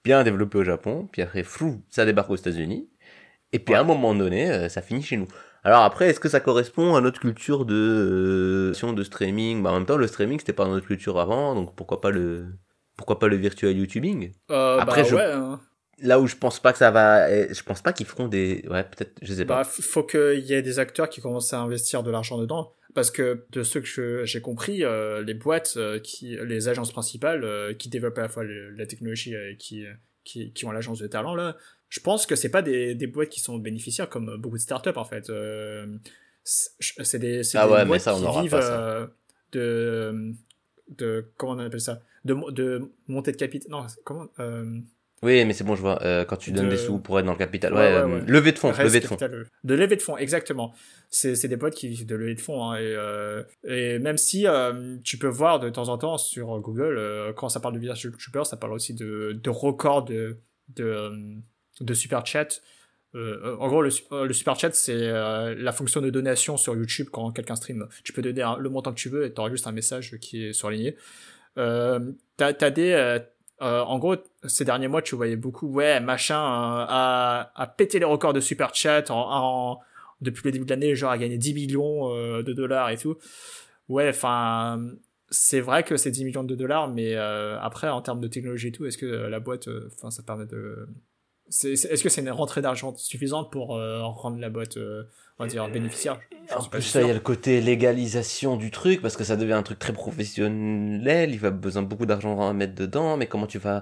Speaker 2: bien développé au Japon, puis après, flou, ça débarque aux États-Unis, et puis ouais. à un moment donné, euh, ça finit chez nous. Alors après, est-ce que ça correspond à notre culture de euh, de streaming? Bah en même temps, le streaming c'était pas dans notre culture avant, donc pourquoi pas le pourquoi pas le virtual YouTubing?
Speaker 1: euh,
Speaker 2: Après,
Speaker 1: bah,
Speaker 2: je...
Speaker 1: ouais, hein.
Speaker 2: Là où je pense pas que ça va, je pense pas qu'ils feront des, ouais peut-être, je sais pas.
Speaker 1: Bah faut qu'il y ait des acteurs qui commencent à investir de l'argent dedans, parce que de ce que je, j'ai compris, euh, les boîtes euh, qui, les agences principales euh, qui développent à la fois le, la technologie et qui qui qui ont l'agence de talent là. Je pense que c'est pas des, des boîtes qui sont bénéficiaires comme beaucoup de startups en fait. Euh, c'est des, c'est
Speaker 2: ah
Speaker 1: des
Speaker 2: ouais,
Speaker 1: boîtes
Speaker 2: ça,
Speaker 1: qui vivent euh, de, de, comment on appelle ça, de, de montée de capital. Non, comment euh,
Speaker 2: Oui, mais c'est bon, je vois. Euh, quand tu donnes de... des sous pour être dans le capital, ouais,
Speaker 1: ouais,
Speaker 2: ouais,
Speaker 1: ouais.
Speaker 2: levée de fonds,
Speaker 1: Reste
Speaker 2: levée de fonds.
Speaker 1: Capital, de levée de fonds, exactement. C'est, c'est des boîtes qui vivent de levée de fonds, hein, et, euh, et même si euh, tu peux voir de temps en temps sur Google, euh, quand ça parle de virtual YouTuber, ça parle aussi de, de records de, de, de super chat. Euh, en gros, le, le super chat, c'est euh, la fonction de donation sur YouTube quand quelqu'un stream. Tu peux donner un, le montant que tu veux et t'auras juste un message qui est surligné. Euh, t'as, t'as des, euh, euh, en gros, ces derniers mois, tu voyais beaucoup, ouais, machin, euh, a, a pété les records de super chat en, en, depuis le début de l'année, genre a gagné dix millions euh, de dollars et tout. Ouais, enfin, c'est vrai que c'est dix millions de dollars, mais euh, après, en termes de technologie et tout, est-ce que la boîte, enfin, euh, ça permet de... C'est, c'est, est-ce que c'est une rentrée d'argent suffisante pour euh, rendre la boîte, euh, on va dire, bénéficiaire?
Speaker 2: En plus, ça, il y a le côté légalisation du truc, parce que ça devient un truc très professionnel, il va besoin de beaucoup d'argent à mettre dedans, mais comment tu vas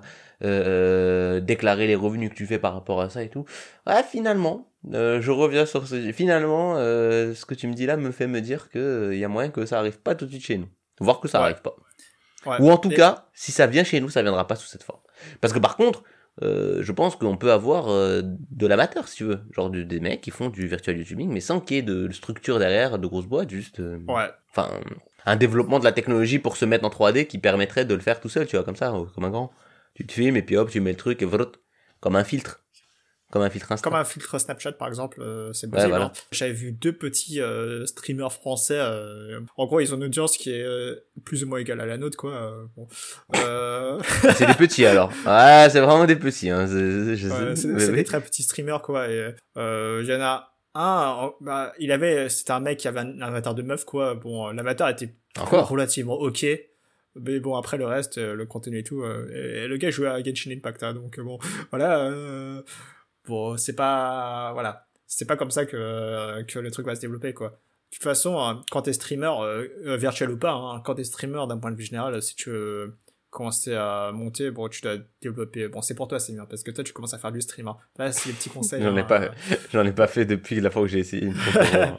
Speaker 2: euh, déclarer les revenus que tu fais par rapport à ça et tout. Ouais, finalement, euh, je reviens sur ce... Finalement, euh, ce que tu me dis là me fait me dire qu'il euh, y a moyen que ça arrive pas tout de suite chez nous. Voire que ça ouais. arrive pas. Ouais. Ou en tout et... cas, si ça vient chez nous, ça viendra pas sous cette forme. Parce que par contre, Euh, je pense qu'on peut avoir euh, de l'amateur si tu veux, genre de, des mecs qui font du virtual YouTubing mais sans qu'il y ait de structure derrière, de grosses boîtes, juste euh,
Speaker 1: ouais.
Speaker 2: enfin un développement de la technologie pour se mettre en trois D qui permettrait de le faire tout seul, tu vois, comme ça, comme un grand. Tu te filmes et puis hop, tu mets le truc et vrot, comme un filtre. Comme un filtre Insta.
Speaker 1: Comme un filtre Snapchat, par exemple, euh, c'est possible. Ouais, voilà. hein. J'avais vu deux petits euh, streamers français. Euh, en gros, ils ont une audience qui est euh, plus ou moins égale à la nôtre, quoi. Euh, bon. euh...
Speaker 2: c'est des petits, alors. Ouais, c'est vraiment des petits. Hein. C'est, je
Speaker 1: ouais,
Speaker 2: sais,
Speaker 1: c'est,
Speaker 2: mais
Speaker 1: c'est
Speaker 2: oui.
Speaker 1: des très petits streamers, quoi. Et euh, il y en a un, bah, il avait, c'était un mec qui avait un avatar de meuf, quoi. Bon, l'avatar était
Speaker 2: Encore
Speaker 1: relativement ok. Mais bon, après le reste, le contenu et tout. Euh, et, et le gars jouait à Genshin Impact, hein, donc bon, voilà. Euh, Bon, c'est pas, voilà, c'est pas comme ça que que le truc va se développer, quoi. De toute façon, hein, quand t'es streamer, euh, virtuel ou pas, hein, quand t'es streamer d'un point de vue général, si tu veux commencer à monter, bon, tu dois développer. Bon, c'est pour toi, c'est bien, parce que toi, tu commences à faire du stream. Hein. Là, c'est les petits conseils.
Speaker 2: j'en ai
Speaker 1: hein,
Speaker 2: pas,
Speaker 1: euh...
Speaker 2: j'en ai pas fait depuis la fois où j'ai essayé. Une fois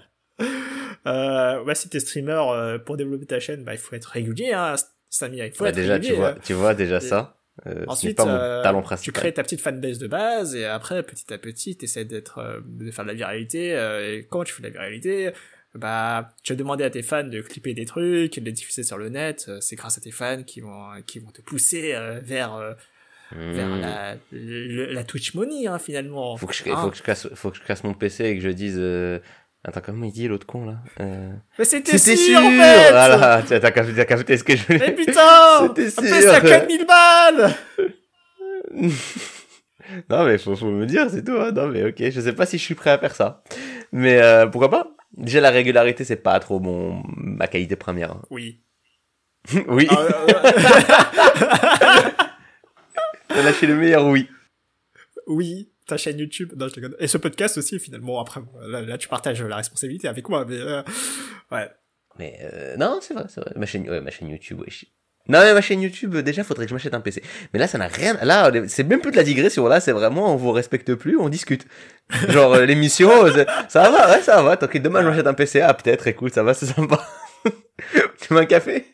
Speaker 1: euh, ouais, si t'es streamer euh, pour développer ta chaîne, bah, il faut être régulier, hein, Samir. Il faut
Speaker 2: bah,
Speaker 1: être
Speaker 2: déjà,
Speaker 1: régulier.
Speaker 2: tu vois,
Speaker 1: hein.
Speaker 2: tu vois déjà
Speaker 1: Et...
Speaker 2: ça. Euh,
Speaker 1: Ensuite,
Speaker 2: pas mon
Speaker 1: euh,
Speaker 2: talent principal.
Speaker 1: tu crées ta petite fanbase de base et après, petit à petit, t'essaies d'être, euh, de faire de la viralité. Euh, et comment tu fais de la viralité? Bah, tu vas demander à tes fans de clipper des trucs, de les diffuser sur le net. C'est grâce à tes fans qui vont, qui vont te pousser euh, vers, euh, mmh. vers la, le, la Twitch Money, hein, finalement.
Speaker 2: Faut que je,
Speaker 1: hein
Speaker 2: faut que je casse, faut que je casse mon P C et que je dise. Euh... Attends, comment il dit l'autre con là euh...
Speaker 1: Mais c'était,
Speaker 2: c'était
Speaker 1: sûr,
Speaker 2: sûr
Speaker 1: en fait.
Speaker 2: Voilà, t'as, t'as capté ce que je voulais.
Speaker 1: Mais putain.
Speaker 2: C'était sûr.
Speaker 1: Après, c'est à quatre mille balles.
Speaker 2: Non mais faut, faut me dire, c'est tout. Hein. Non mais ok, je sais pas si je suis prêt à faire ça, mais euh, pourquoi pas. Déjà la régularité c'est pas trop mon ma qualité première. Hein.
Speaker 1: Oui.
Speaker 2: oui.
Speaker 1: Ah,
Speaker 2: On a lâché le meilleur oui.
Speaker 1: Oui. Ta chaîne YouTube, non, je te connais. Et ce podcast aussi, finalement, après, là, là tu partages la responsabilité avec moi, mais, euh, ouais.
Speaker 2: Mais, euh, non, c'est vrai, c'est vrai. Ma chaîne, ouais, ma chaîne YouTube, ouais. Non, mais ma chaîne YouTube, déjà, faudrait que je m'achète un P C. Mais là, ça n'a rien, là, c'est même plus de la digression, là, c'est vraiment, on vous respecte plus, on discute. Genre, euh, l'émission, ça va, ouais, ça va, ok, demain, je m'achète un P C, ah, peut-être, écoute, ça va, c'est sympa. Tu veux un café?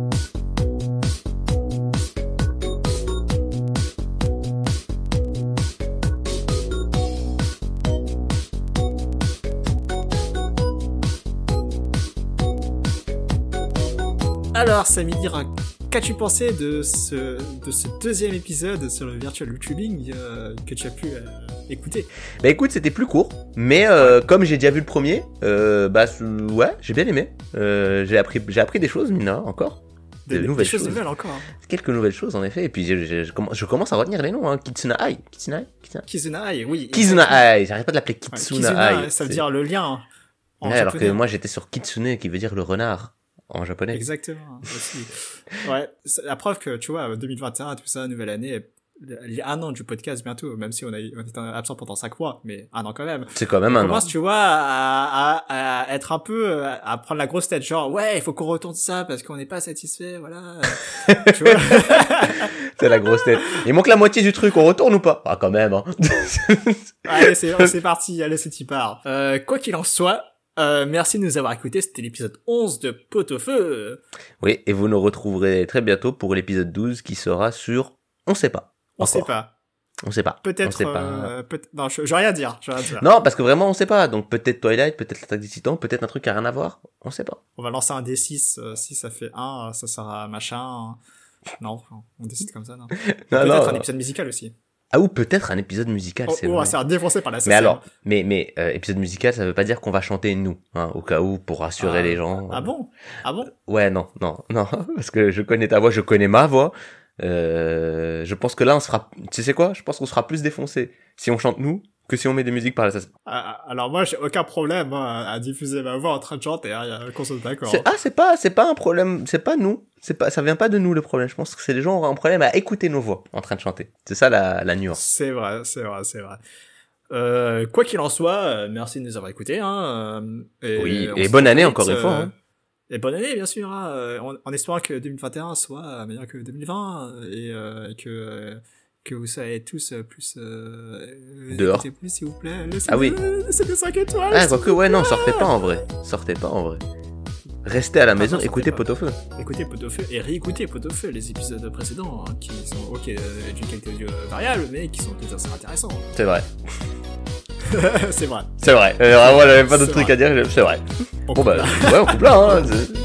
Speaker 1: Alors, Samir, qu'as-tu pensé de ce, de ce deuxième épisode sur le virtual YouTubing euh, que tu as pu euh, écouter?
Speaker 2: Bah écoute, c'était plus court, mais euh, comme j'ai déjà vu le premier, euh, bah ouais, j'ai bien aimé. Euh, j'ai appris, j'ai appris des choses, Mina, encore. de
Speaker 1: des,
Speaker 2: nouvelles
Speaker 1: des choses
Speaker 2: choses.
Speaker 1: nouvelles encore.
Speaker 2: Quelques nouvelles choses, en effet. Et puis, je, je, je, commence, je commence à retenir les noms, hein. Kitsuna Ai. Kitsuna Ai. Kitsuna...
Speaker 1: Kizuna Ai, oui.
Speaker 2: Kizuna Ai. J'arrête pas de l'appeler Kitsuna
Speaker 1: ouais, Kizuna,
Speaker 2: Ai.
Speaker 1: ça veut
Speaker 2: c'est...
Speaker 1: dire le lien. En
Speaker 2: ouais, alors que
Speaker 1: japonais.
Speaker 2: moi, j'étais sur Kitsune, qui veut dire le renard, en japonais.
Speaker 1: Exactement. Aussi. Ouais, c'est la preuve que, tu vois, deux mille vingt et un, tout ça, nouvelle année, il y a un an du podcast bientôt, même si on a on était absent pendant cinq mois, mais un an quand même.
Speaker 2: C'est quand même
Speaker 1: on
Speaker 2: un
Speaker 1: commence,
Speaker 2: an.
Speaker 1: tu vois, à, à, à être un peu, à prendre la grosse tête, genre, ouais, il faut qu'on retourne ça parce qu'on n'est pas satisfait, voilà. Tu vois.
Speaker 2: C'est la grosse tête. Il manque la moitié du truc, on retourne ou pas? Ah, quand même, hein.
Speaker 1: Allez, c'est, c'est parti, allez, c'est y part. Euh, quoi qu'il en soit, Euh, merci de nous avoir écoutés, c'était l'épisode onze de Pot-au-Feu.
Speaker 2: Oui, et vous nous retrouverez très bientôt pour l'épisode douze qui sera sur On sait pas.
Speaker 1: On
Speaker 2: Encore.
Speaker 1: sait pas.
Speaker 2: On sait pas.
Speaker 1: Peut-être,
Speaker 2: on sait pas.
Speaker 1: euh, peut non, je, j'ai rien à dire, j'ai rien à dire.
Speaker 2: Non, parce que vraiment on sait pas. Donc peut-être Twilight, peut-être l'Attaque des Titans, peut-être un truc qui a rien à voir. On sait pas.
Speaker 1: On va lancer un D six, euh, si ça fait un, ça sera machin. Non, on décide comme ça, non.
Speaker 2: non
Speaker 1: Peut-être
Speaker 2: non.
Speaker 1: un épisode musical aussi.
Speaker 2: Ah, ou peut-être un épisode musical,
Speaker 1: Oh,
Speaker 2: c'est
Speaker 1: oh, on
Speaker 2: vrai.
Speaker 1: va se faire défoncer par la
Speaker 2: Mais alors, mais mais euh, épisode musical, ça veut pas dire qu'on va chanter nous, hein, au cas où, pour rassurer
Speaker 1: ah,
Speaker 2: les gens.
Speaker 1: Ah bon? Ah bon?
Speaker 2: Ouais, non, non, non, parce que je connais ta voix, je connais ma voix. Euh, je pense que là, on sera. Tu sais quoi? Je pense qu'on sera plus défoncé si on chante nous que si on met des musiques par la.
Speaker 1: Ah, alors moi, j'ai aucun problème hein, à diffuser ma voix en train de chanter, hein, qu'on soit d'accord.
Speaker 2: C'est, ah, c'est pas, c'est pas un problème, c'est pas nous, c'est pas, ça vient pas de nous le problème. Je pense que c'est les gens qui auront un problème à écouter nos voix en train de chanter. C'est ça la, la nuance.
Speaker 1: C'est vrai, c'est vrai, c'est vrai. Euh, quoi qu'il en soit, euh, merci de nous avoir écoutés. Hein, euh, et
Speaker 2: oui,
Speaker 1: on
Speaker 2: et
Speaker 1: se
Speaker 2: bonne année
Speaker 1: retrouve
Speaker 2: encore
Speaker 1: vite,
Speaker 2: une fois.
Speaker 1: euh,
Speaker 2: Hein.
Speaker 1: Et bonne année, bien sûr, hein, euh, en, en espérant que deux mille vingt et un soit meilleur que deux mille vingt et euh, que euh, que vous soyez tous euh, plus euh,
Speaker 2: Dehors.
Speaker 1: écoutez plus, s'il vous plaît. Laissez
Speaker 2: Ah oui.
Speaker 1: Laissez-nous cinq étoiles.
Speaker 2: Ah, quoique, ouais, non, sortez pas en vrai. Sortez pas en vrai. Restez à la maison,
Speaker 1: non,
Speaker 2: écoutez
Speaker 1: pas.
Speaker 2: Pot-au-Feu.
Speaker 1: Écoutez Pot-au-Feu et réécoutez Pot-au-Feu, les épisodes précédents, hein, qui sont ok euh, d'une qualité audio variable, mais qui sont tout assez intéressants.
Speaker 2: C'est vrai.
Speaker 1: C'est vrai.
Speaker 2: C'est vrai. Euh, vraiment, j'avais pas d'autre
Speaker 1: C'est
Speaker 2: truc
Speaker 1: vrai.
Speaker 2: à dire, c'est vrai.
Speaker 1: On
Speaker 2: Bon
Speaker 1: coupe
Speaker 2: bah,
Speaker 1: là.
Speaker 2: ouais, on coupe là, hein. C'est-